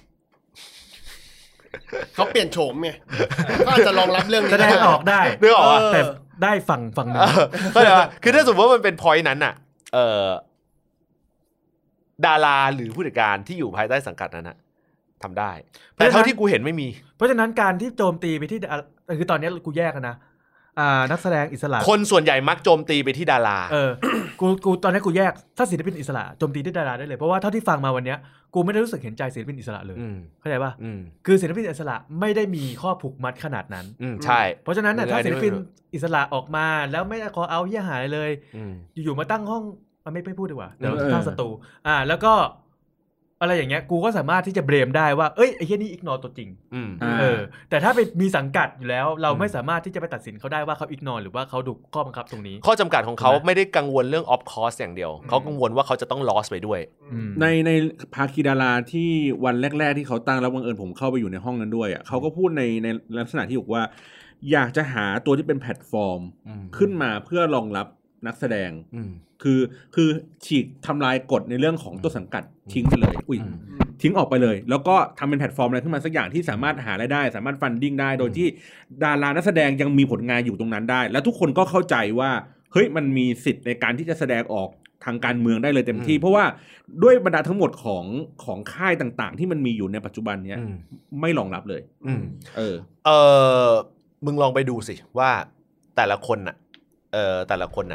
เขาเปลี่ยนโฉมไงก็อาจจะรองรับเรื่องนี้แสดงออกได้นึกออกอ่ะแต่ได้ฝั่งฝั่งนึงเข้าใจป่ะคือถ้าสมมติว่ามันเป็นพอยต์นั้นอะเอ่อดาราหรือผู้จัดการที่อยู่ภายใต้สังกัดนั้นนะทำได้แต่เท่าที่กูเห็นไม่มีเพราะฉะนั้นการที่โจมตีไปที่คือตอนนี้กูแยกกันนะอ่านักแสดงอิสระคนส่วนใหญ่มักโจมตีไปที่ดาราเออกูกูตอนนี้กูแยกถ้าศิลปินอิสระโจมตีที่ดาราได้เลยเพราะว่าเท่าที่ฟังมาวันนี้กูไม่ได้รู้สึกเห็นใจศิลปินอิสระเลยเข้าใจป่ะคือศิลปินอิสระไม่ได้มีข้อผูกมัดขนาดนั้นใช่เพราะฉะนั้นถ้าศิลปินอิสระออกมาแล้วไม่ขอเอาเหี้ยหายเลยอยู่ๆมาตั้งห้องไม่ไม่พูดดีกว่าเดี๋ยวตั้งศัตรูอ่าแล้วก็อะไรอย่างเงี้ยกูก็สามารถที่จะเบรมได้ว่าเอ้ยไอ้เหี้ยนี่อิกนอร์ตัวจริงเออแต่ถ้าไปมีสังกัดอยู่แล้วเราไม่สามารถที่จะไปตัดสินเขาได้ว่าเขาอิกนอร์หรือว่าเขาดูข้อบังคับตรงนี้ข้อจำกัดของเขาไม่ได้กังวลเรื่อง off cost อย่างเดียวเขากังวลว่าเขาจะต้อง loss ไปด้วยในในภาคีดาราที่วันแรกๆที่เขาตั้งแล้วบังเอิญผมเข้าไปอยู่ในห้องนั้นด้วยอ่ะเขาก็พูดในในลักษณะที่บอกว่าอยากจะหาตัวที่เป็นแพลตฟอร์มขึ้นมาเพื่อรองรับนักแสดงคือคือฉีกทำลายกฎในเรื่องของต้นสังกัดทิ้งไปเลยอุ้ยทิ้งออกไปเลยแล้วก็ทำเป็นแพลตฟอร์มอะไรขึ้นมาสักอย่างที่สามารถหารายได้สามารถฟันดิ้งได้โดยที่ดารานักแสดงยังมีผลงานอยู่ตรงนั้นได้แล้วทุกคนก็เข้าใจว่าเฮ้ยมันมีสิทธิ์ในการที่จะแสดงออกทางการเมืองได้เลยเต็มที่เพราะว่าด้วยบรรดาทั้งหมดของของค่ายต่างๆที่มันมีอยู่ในปัจจุบันเนี้ยไม่รองรับเลยเออเออมึงลองไปดูสิว่าแต่ละคนน่ะเออแต่ละคนน่ะ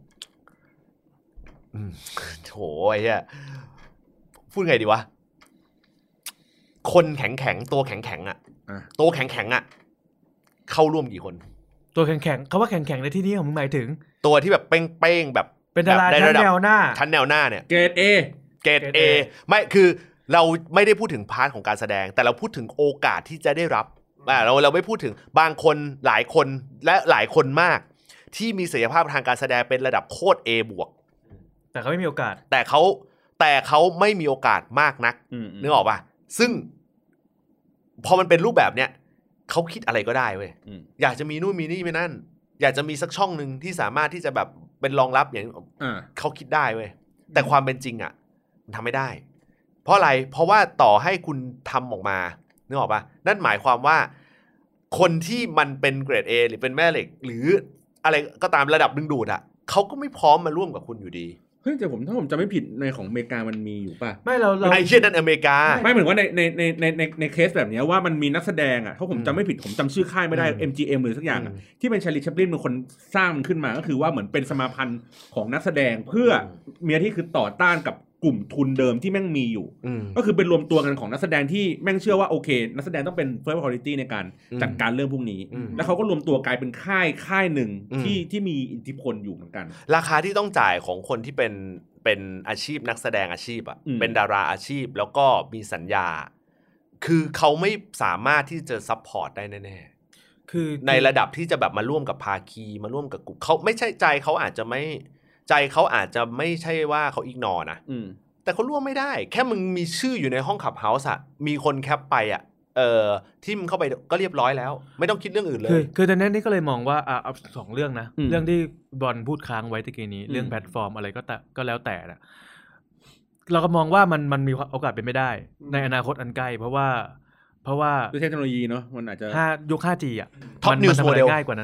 โหไอ้เหี้ยพูดไงดีวะคนแข็งแข็งตัวแข็งแข็งอ่ะตัวแข็งแข็งอ่ะเข้าร่วมกี่คนตัวแข็งแข็งเขาว่าแข็งแข็งในที่นี้ของมึงหมายถึงตัวที่แบบเป้งเป้งแบบเป็นดาราชั้นแนวหน้าชั้นแนวหน้าเนี่ยเกรด A เกรด A ไม่คือเราไม่ได้พูดถึงพาร์ทของการแสดงแต่เราพูดถึงโอกาสที่จะได้รับเราเราไม่พูดถึงบางคนหลายคนและหลายคนมากที่มีศักยภาพทางการแสดงเป็นระดับโคตร A บวกแต่เขาไม่มีโอกาสแต่เขาแต่เขาไม่มีโอกาสมากนักนึกออกป่ะซึ่งพอมันเป็นรูปแบบเนี้ยเขาคิดอะไรก็ได้เว้ยอยากจะมีนู่นมีนี่ไม่นั่นอยากจะมีสักช่องนึงที่สามารถที่จะแบบเป็นรองรับอย่างเขาคิดได้เว้ยแต่ความเป็นจริงอ่ะมันทำไม่ได้เพราะอะไรเพราะว่าต่อให้คุณทำออกมานึกออกป่ะนั่นหมายความว่าคนที่มันเป็นเกรด A หรือเป็นแม่เหล็กหรืออะไรก็ตามระดับดึงดูดอ่ะเขาก็ไม่พร้อมมาร่วมกับคุณอยู่ดีเฮ้ยแต่ผมถ้าผมจำไม่ผิดในของอเมริกามันมีอยู่ป่ะไม่เราไอ้เช่นนั้นอเมริกาไม่เหมือนว่าในในในในในในเคสแบบนี้ว่ามันมีนักแสดงอ่ะถ้าผมจำไม่ผิดผมจำชื่อค่ายไม่ได้ เอ็ม จี เอ็ม หรือสักอย่างอ่ะที่เป็นชาลีแชปลินเป็นคนสร้างมันขึ้นมาก็คือว่าเหมือนเป็นสมาพันธ์ของนักแสดงเพื่อมีที่คือต่อต้านกับกลุ่มทุนเดิมที่แม่งมีอยู่ก็คือเป็นรวมตัวกันของนักแสดงที่แม่งเชื่อว่าโอเคนักแสดงต้องเป็น first priority ในการจัดการเรื่องพวกนี้แล้วเขาก็รวมตัวกลายเป็นค่ายค่ายหนึ่งที่ที่มีอิทธิพลอยู่เหมือนกันราคาที่ต้องจ่ายของคนที่เป็นเป็นอาชีพนักแสดงอาชีพอ่ะเป็นดาราอาชีพแล้วก็มีสัญญาคือเขาไม่สามารถที่จะซัพพอร์ตได้แน่ๆคือในระดับที่จะแบบมาร่วมกับภาคีมาร่วมกับกลุ่มเขาไม่ใช่ใจเขาอาจจะไม่ใจเขาอาจจะไม่ใช่ว่าเขาอิกนอร์นะแต่เขาร่วมไม่ได้แค่มึงมีชื่ออยู่ในห้องขับเฮาส์อะมีคนแคปไปอะเอ่อที่มึงเข้าไปก็เรียบร้อยแล้วไม่ต้องคิดเรื่องอื่นเลยคือคือตอนนี้นี่ก็เลยมองว่าอ่ะเอาสองเรื่องนะเรื่องที่บอลพูดค้างไว้ตะกี้นี้เรื่องแพลตฟอร์มอะไรก็แต่ก็แล้วแต่นะเราก็มองว่ามันมันมีโอกาสเป็นไม่ได้ในอนาคตอันใกล้เพราะว่าเพราะว่าด้วยเทคโนโลยีเนาะมันอาจจะยุค ห้าจี อ่ะ Top News Model ง่ายกว่านั้น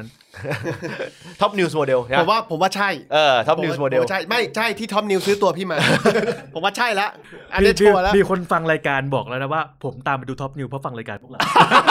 Top News Model ผมว่าผมว่าใช่เออ Top News Model ใช่ไม่ใช่ที่ Top News ซื้อตัวพี่มา ผมว่าใช่ละอันนี้ชัวร์แล้วมีคนฟังรายการบอกแล้วนะว่าผมตามไปดู Top News เพราะฟังรายการพวกเรา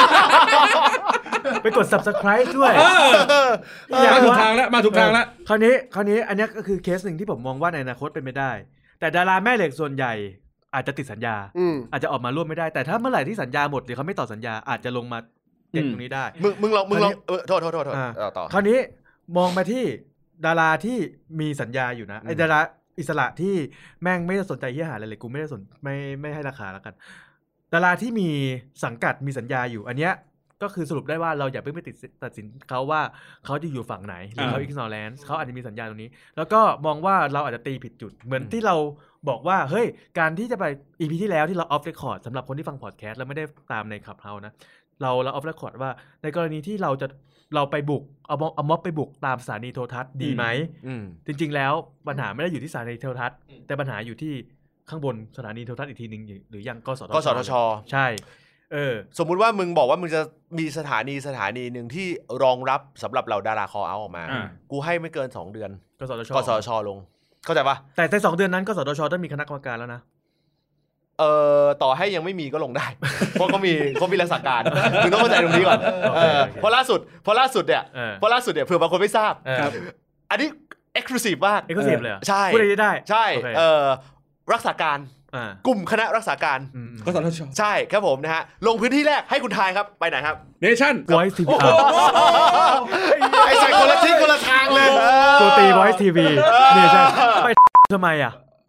ไปกด Subscribe ด้วยมาถูกทางแล้วมาถูกทางแล้วคราวนี้คราวนี้อันนี้ก็คือเคสหนึ่งที่ผมมองว่าในอนาคตเป็นไม่ได้แต่ดาราแม่เหล็กส่วนใหญ่อาจจะติดสัญญาอาจจะออกมาร่วมไม่ได้แต่ถ้าเมื่อไหร่ที่สัญญาหมดหรือเขาไม่ต่อสัญญาอาจจะลงมาเด็กตรงนี้ได้มึงมึงลองมึงลองเออโทษโทษโทษต่อคราวนี้มองมาที่ดาราที่มีสัญญาอยู่นะไอ้ดาราอิสระที่แม่งไม่ได้สนใจเหี้ยหาอะไรเลยกูไม่ได้สนไม่ไม่ให้ราคาแล้วกันดาราที่มีสังกัดมีสัญญาอยู่อันเนี้ยก็คือสรุปได้ว่าเราอย่าเพิ่งไปติดตัดสินเขาว่าเขาจะอยู่ฝั่งไหนหรือเขาอิกนอร์แลนซ์เขาอาจจะมีสัญญาตรงนี้แล้วก็มองว่าเราอาจจะตีผิดจุดเหมือนที่เราบอกว่าเฮ้ยการที่จะไป อี พี ที่แล้วที่เราออฟเรคคอร์ดสำหรับคนที่ฟังพอดแคสต์แล้วไม่ได้ตามในคลับเฮาส์นะเราเราออฟเรคคอร์ดว่าในกรณีที่เราจะเราไปบุกเอาเอาม็อบไปบุกตามสถานีโทรทัศน์ดีไหมจริงๆแล้วปัญหาไม่ได้อยู่ที่สถานีโทรทัศน์แต่ปัญหาอยู่ที่ข้างบนสถานีโทรทัศน์อีกทีนึงหรือยังกสทชกสทชใช่เออสมมุติว่ามึงบอกว่ามึงจะมีสถานีสถานีหนึ่งที่รองรับสำหรับเราดาราคอเอาออกมากูให้ไม่เกินสองเดือนกสทชกสทชลงเข้าใจปะแต่ในสองเดือนนั้นกสทชต้องมีคณะกรรมการแล้วนะเอ่อต่อให้ยังไม่มีก็ลงได้เพราะเขามีเขามีรักษาการมึงต้องเข้าใจตรงนี้ก่อนเออเพราะล่าสุดเพราะล่าสุดเนี่ยเพราะล่าสุดเนี่ยเผื่อบางคนไม่ทราบอันนี้ exclusive มาก exclusive เลยใช่พูดได้ได้ใช่เอ่อรักษาการกลุ่มคณะรักษาการกสทชใช่ครับผมนะฮะลงพื้นที่แรกให้คุณทายครับไปไหนครับ Nation Voice ที วีไอ้ใส่คนละทิศคนละทางเลยตัวตี Voice ที วี Nation ไปทำไมอ่ะ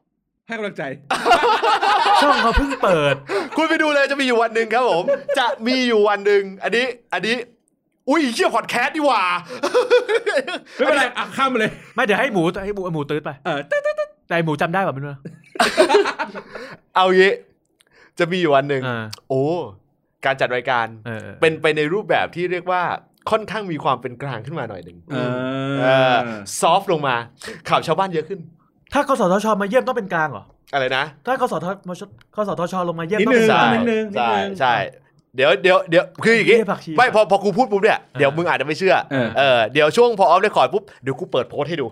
ให้กำลังใจช่องเขาเพิ่งเปิดคุณไปดูเลยจะมีอยู่วันหนึ่งครับผมจะมีอยู่วันหนึ่งอันนี้อันนี้อุ้ยเชี่ยพอดแคสต์ดีกว่าไม่เป็นไรอ่ะข้ามไปเลยไม่เดี๋ยวให้หมูให้หมูหมูตื้อไปเออแต่หมูจำได้ป่ะไม่รู้เอางี้จะมีอยู่วันหนึ่งโอ้การจัดรายการเป็นไปในรูปแบบที่เรียกว่าค่อนข้างมีความเป็นกลางขึ้นมาหน่อยหนึ่งซอฟต์ลงมาข่าวชาวบ้านเยอะขึ้นถ้ากสทชมาเยี่ยมต้องเป็นกลางเหรออะไรนะถ้ากสทกสทชลงมาเยี่ยมต้องเป็นกลางนิดนึงใช่ใช่เดี๋ยวเดี๋ยวเดี๋ยวคืออย่างงี้ไม่พอพอกูพูดปุ๊บเนี่ยเดี๋ยวมึงอาจจะไม่เชื่อเออเดี๋ยวช่วงพอออฟเรคคอร์ดปุ๊บเดี๋ยวกูเปิดโพสให้ดู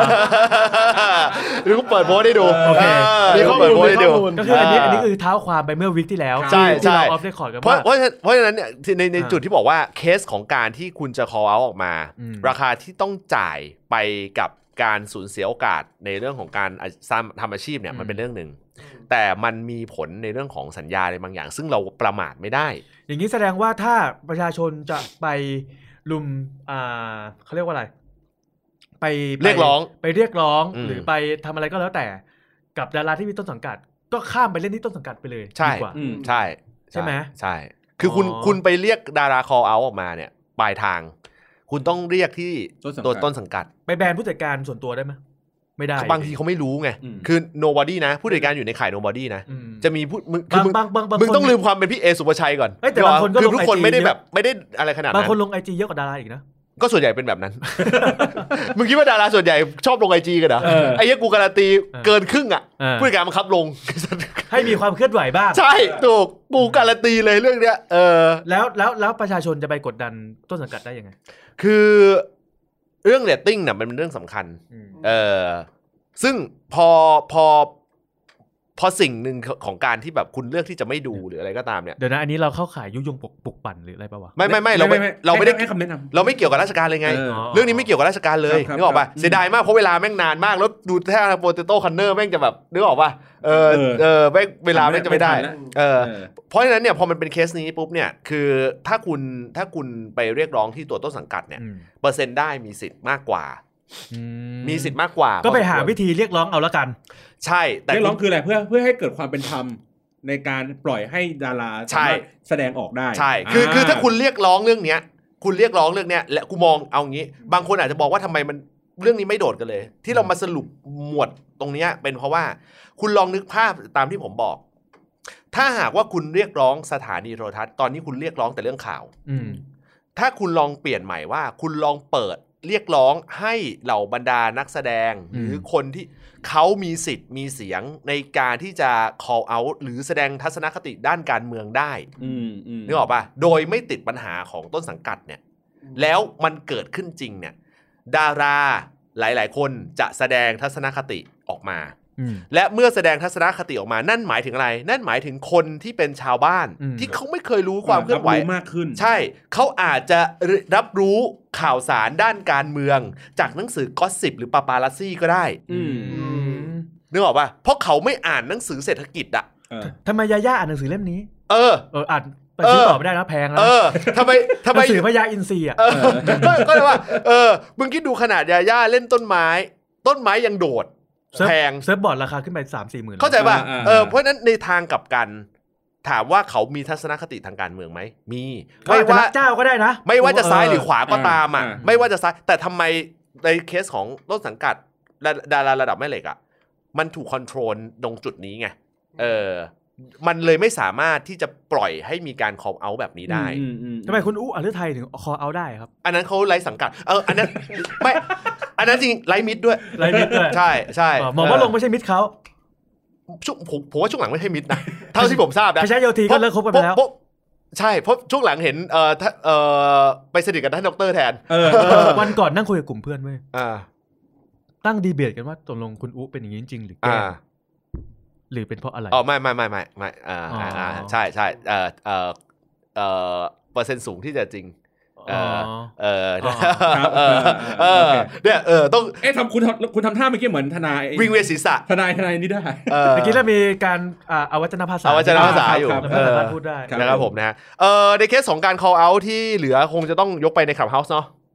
เดี๋ยวกูเปิดโพสให้ดูโอเคเดี๋ยวกูเปิดโพสให้ดูก็คืออันนี้อันนี้คือเท้าความไปเมื่อวิกที่แล้วใช่ใช่ออฟเรคคอร์ดกันเพราะเพราะเพราะฉะนั้นเนี่ยในในจุดที่บอกว่าเคสของการที่คุณจะ call out ออกมาราคาที่ต้องจ่ายไปกับการสูญเสียโอกาสในเรื่องของการทำอาชีพเนี่ยมันเป็นเรื่องนึงแต่มันมีผลในเรื่องของสัญญาอะไรบางอย่างซึ่งเราประมาทไม่ได้อย่างนี้แสดงว่าถ้าประชาชนจะไปลุมอ่าเขาเรียกว่าอะไรไปเรียกร้องไปเรียกร้องหรือไปทำอะไรก็แล้วแต่กับดาราที่มีต้นสังกัดก็ข้ามไปเล่นที่ต้นสังกัดไปเลยดีกว่าใช่ใช่ไหมใช่คือคุณคุณไปเรียกดารา call out ออกมาเนี่ยปลายทางคุณต้องเรียกที่ตัวต้นสังกัดไปแบนผู้จัดการส่วนตัวได้ไหมไม่ได้บางทีเขาไม่รู้ไงคือ nobody นะผู้จัดการอยู่ในข่าย nobody นะจะมีผู้คือมึงมึงต้องลืมความเป็นพี่เอสุภชัยก่อนแต่บางคนก็คือทุกคนไม่ได้แบบไม่ได้อะไรขนาดนั้นบางคนลง ไอ จี เยอะกว่าดาราอีกนะก็ส่วนใหญ่เป็นแบบนั้นมึงคิดว่าดาราส่วนใหญ่ชอบลง ไอ จี กันเหรอไอ้เหี้ยกูการันตีเกินครึ่งอ่ะผู้จัดการบังคับลงให้มีความเคลื่อนไหวบ้างใช่ถูกกูการันตีเลยเรื่องเนี้ยเออแล้วแล้วแล้วประชาชนจะไปกดดันต้นสังกัดได้ยังไงคือเรื่องเรตติ้งเนี่ยมันเป็นเรื่องสำคัญเออซึ่งพอพอพอสิ่งหนึ่งของการที่แบบคุณเลือกที่จะไม่ดูหรืออะไรก็ตามเนี่ยเดี๋ยวนะอันนี้เราเข้าข่ายยุยงปลุกปลุกปั่นหรืออะไรป่าวะไม่ไม่ไม่เราไม่เราไม่ได้ให้คำแนะนำเราไม่เกี่ยวกับราชการเลยไงเรื่องนี้ไม่เกี่ยวกับราชการเลยนึกออกป่ะเสียดายมากเพราะเวลาแม่งนานมากแล้วดูแท่โปเตโต้คันเนอร์แม่งจะแบบนึกออกป่ะเออเออแม่งเวลาแม่งจะไม่ได้เออเพราะฉะนั้นเนี่ยพอมันเป็นเคสนี้ปุ๊บเนี่ยคือถ้าคุณถ้าคุณไปเรียกร้องที่ตัวต้นสังกัดเนี่ยเปอร์เซ็นต์ได้มีสิทธิ์มากกว่ามีสิทธิ์มากกว่าก็ไปหาวิธีเรียกร้องเอาละกันใช่แต่เรียกร้องคืออะไรเพื่อเพื่อให้เกิดความเป็นธรรมในการปล่อยให้ดาราสามารถแสดงออกได้ใช่คือคือถ้าคุณเรียกร้องเรื่องเนี้ยคุณเรียกร้องเรื่องเนี้ยและกูมองเอางี้บางคนอาจจะบอกว่าทำไมมันเรื่องนี้ไม่โดดกันเลยที่เรามาสรุปหมวดตรงนี้เป็นเพราะว่าคุณลองนึกภาพตามที่ผมบอกถ้าหากว่าคุณเรียกร้องสถานีโทรทัศน์ตอนนี้คุณเรียกร้องแต่เรื่องข่าวถ้าคุณลองเปลี่ยนใหม่ว่าคุณลองเปิดเรียกร้องให้เหล่าบรรดานักแสดงหรือคนที่เขามีสิทธิ์มีเสียงในการที่จะ call out หรือแสดงทัศนคติด้านการเมืองได้นึกออกป่ะโดยไม่ติดปัญหาของต้นสังกัดเนี่ยแล้วมันเกิดขึ้นจริงเนี่ยดาราหลายๆคนจะแสดงทัศนคติออกมาและเมื่อแสดงทัศนคติออกมานั่นหมายถึงอะไรนั่นหมายถึงคนที่เป็นชาวบ้านที่เขาไม่เคยรู้ความเคลื่อนไหวมากขึ้นใช่เขาอาจจะรับรู้ข่าวสารด้านการเมืองจากหนังสือกอสซิปหรือปาปารัสซี่ก็ได้นึกออกป่ะเพราะเขาไม่อ่านหนังสือเศรษฐกิจอ่ะทำไมยาย่าอ่านหนังสือเล่มนี้เออเอออ่านไปซื้อต่อไม่ได้นะแพงแล้วเออทำไมทำไมสื่อพญาอินทรีอ่ะก็เลยว่าเออมึงคิดดูขนาดยาย่าเล่นต้นไม้ต้นไม้ยังโดดแพงเซิร์ฟบอร์ดราคาขึ้นไป สามสี่ หมื่นเข้าใจป่ะเออเพราะนั้นในทางกลับกันถามว่าเขามีทัศนคติทางการเมืองไหมมีไม่ว่าเจ้าก็ได้นะไม่ว่าจะซ้ายหรือขวาก็ตามอ่ะไม่ว่าจะซ้ายแต่ทำไมในเคสของต้นสังกัดดาราระดับแม่เหล็กอ่ะมันถูกคอนโทรลตรงจุดนี้ไงเออมันเลยไม่สามารถที่จะปล่อยให้มีการ call out แบบนี้ได้ทำไมคุณอู้อฤทัยถึง call out ได้ครับอันนั้นเขาไร้สังกัดเอออันนั้นไม่อันนั้นจริงไร้มิดด้วยไร้มิดด้วยใช่ใช่มองว่าลงไม่ใช่มิดเขาช่วงผมผมว่าช่วงหลังไม่ใช่มิดนะเท่าที่ผมทราบนะพชรโยธีก็เลิกคบกันไปแล้วใช่เพราะช่วงหลังเห็นเอ่อเอ่อไปสนิทกับท่านดรแทนวันก่อนนั่งคุยกับกลุ่มเพื่อนเว้ยตั้งดีเบตกันว่าตกลงคุณอุ๊เป็นอย่างนี้จริงหรือแกหรือเป็นเพราะอะไรอ๋อไม่ไม่ไม่ไม่ไม่อ่าอ่าใช่ใช่เอ่อเอ่อเอ่อเปอร์เซ็นต์สูงที่จะจริงเออเออเออเนี่ยเออต้องเอ๊ะทำคุณคุณทำท่าเมื่อกี้เหมือนทนายวิ่งเวียนศีรษะทนายทนายนี่ได้เมื่อกี้เรามีการเอาวัจนภาษาเอาวัจนภาษาอยู่สามารถพูดได้นะครับผมนะฮะเออในเคสของการ call out ที่เหลือคงจะต้องยกไปใน Clubhouse เนาะ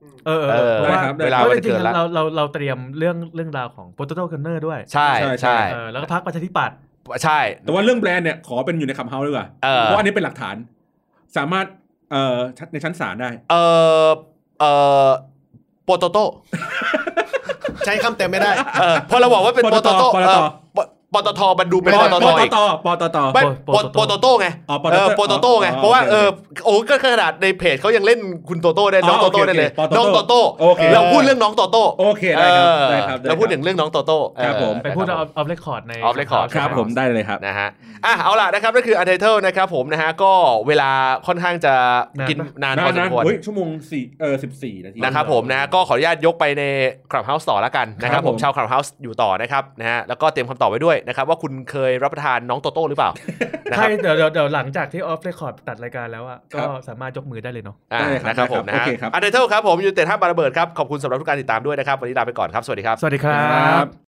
เออเออเพราะว่าเวลาวันเกิดแล้วเราเราเราเตรียมเรื่องเรื่องราวของ Potato Gunner ด้วยใช่ใช่แล้วก็พรรคประชาธิปัตย์ใช่แต่ว่าเรื่องแบรนด์เนี่ยขอเป็นอยู่ในคัมเฮาส์ดีกว่าเพราะอันนี้เป็นหลักฐานสามารถเอ่อในชั้นศาลได้เออเออโปโตโต้ใช้คำเต็มไม่ได้เพราะเราบอกว่าเป็นโปโตโต้ปตทมันดูเป็นปตทอีกปตทไม่โปโตโต้ไงเออโปโตโต้ไงเพราะว่าเออโอ้ก็ขนาดในเพจเขายังเล่นคุณโตโต้ได้น้องโตโต้ได้เลยน้องโตโต้เราพูดเรื่องน้องโตโต้โอเคได้ครับได้ครับเราพูดถึงเรื่องน้องโตโต้ครับผมไปพูดออฟเรคคอร์ดในออฟเรคคอร์ดครับผมได้เลยครับนะฮะอ่ะเอาล่ะนะครับนั่นคือ Untitled นะครับผมนะฮะก็เวลาค่อนข้างจะกินนานพอสมควรชั่วโมงสี่เออสิบสี่นาทีนะครับผมนะก็ขออนุญาตยกไปใน Clubhouse ต่อแล้วกันนะครับผมชาว Clubhouse อยู่ต่อนะครับนะฮะแล้วก็เตรียมคำตอบไว้ด้วยนะครับว่าคุณเคยรับประทานน้องโตโต้หรือเปล่าใช่เดี๋ยวเดี๋ยวหลังจากที่ออฟเรคคอร์ดตัดรายการแล้วอ่ะก็สามารถยกมือได้เลยเนาะนะครับผมนะฮะUntitledครับผมอยู่เต็ดห้าบาระเบิดครับขอบคุณสำหรับทุกการติดตามด้วยนะครับวันนี้ลาไปก่อนครับสวัสดีครับสวัสดีครับ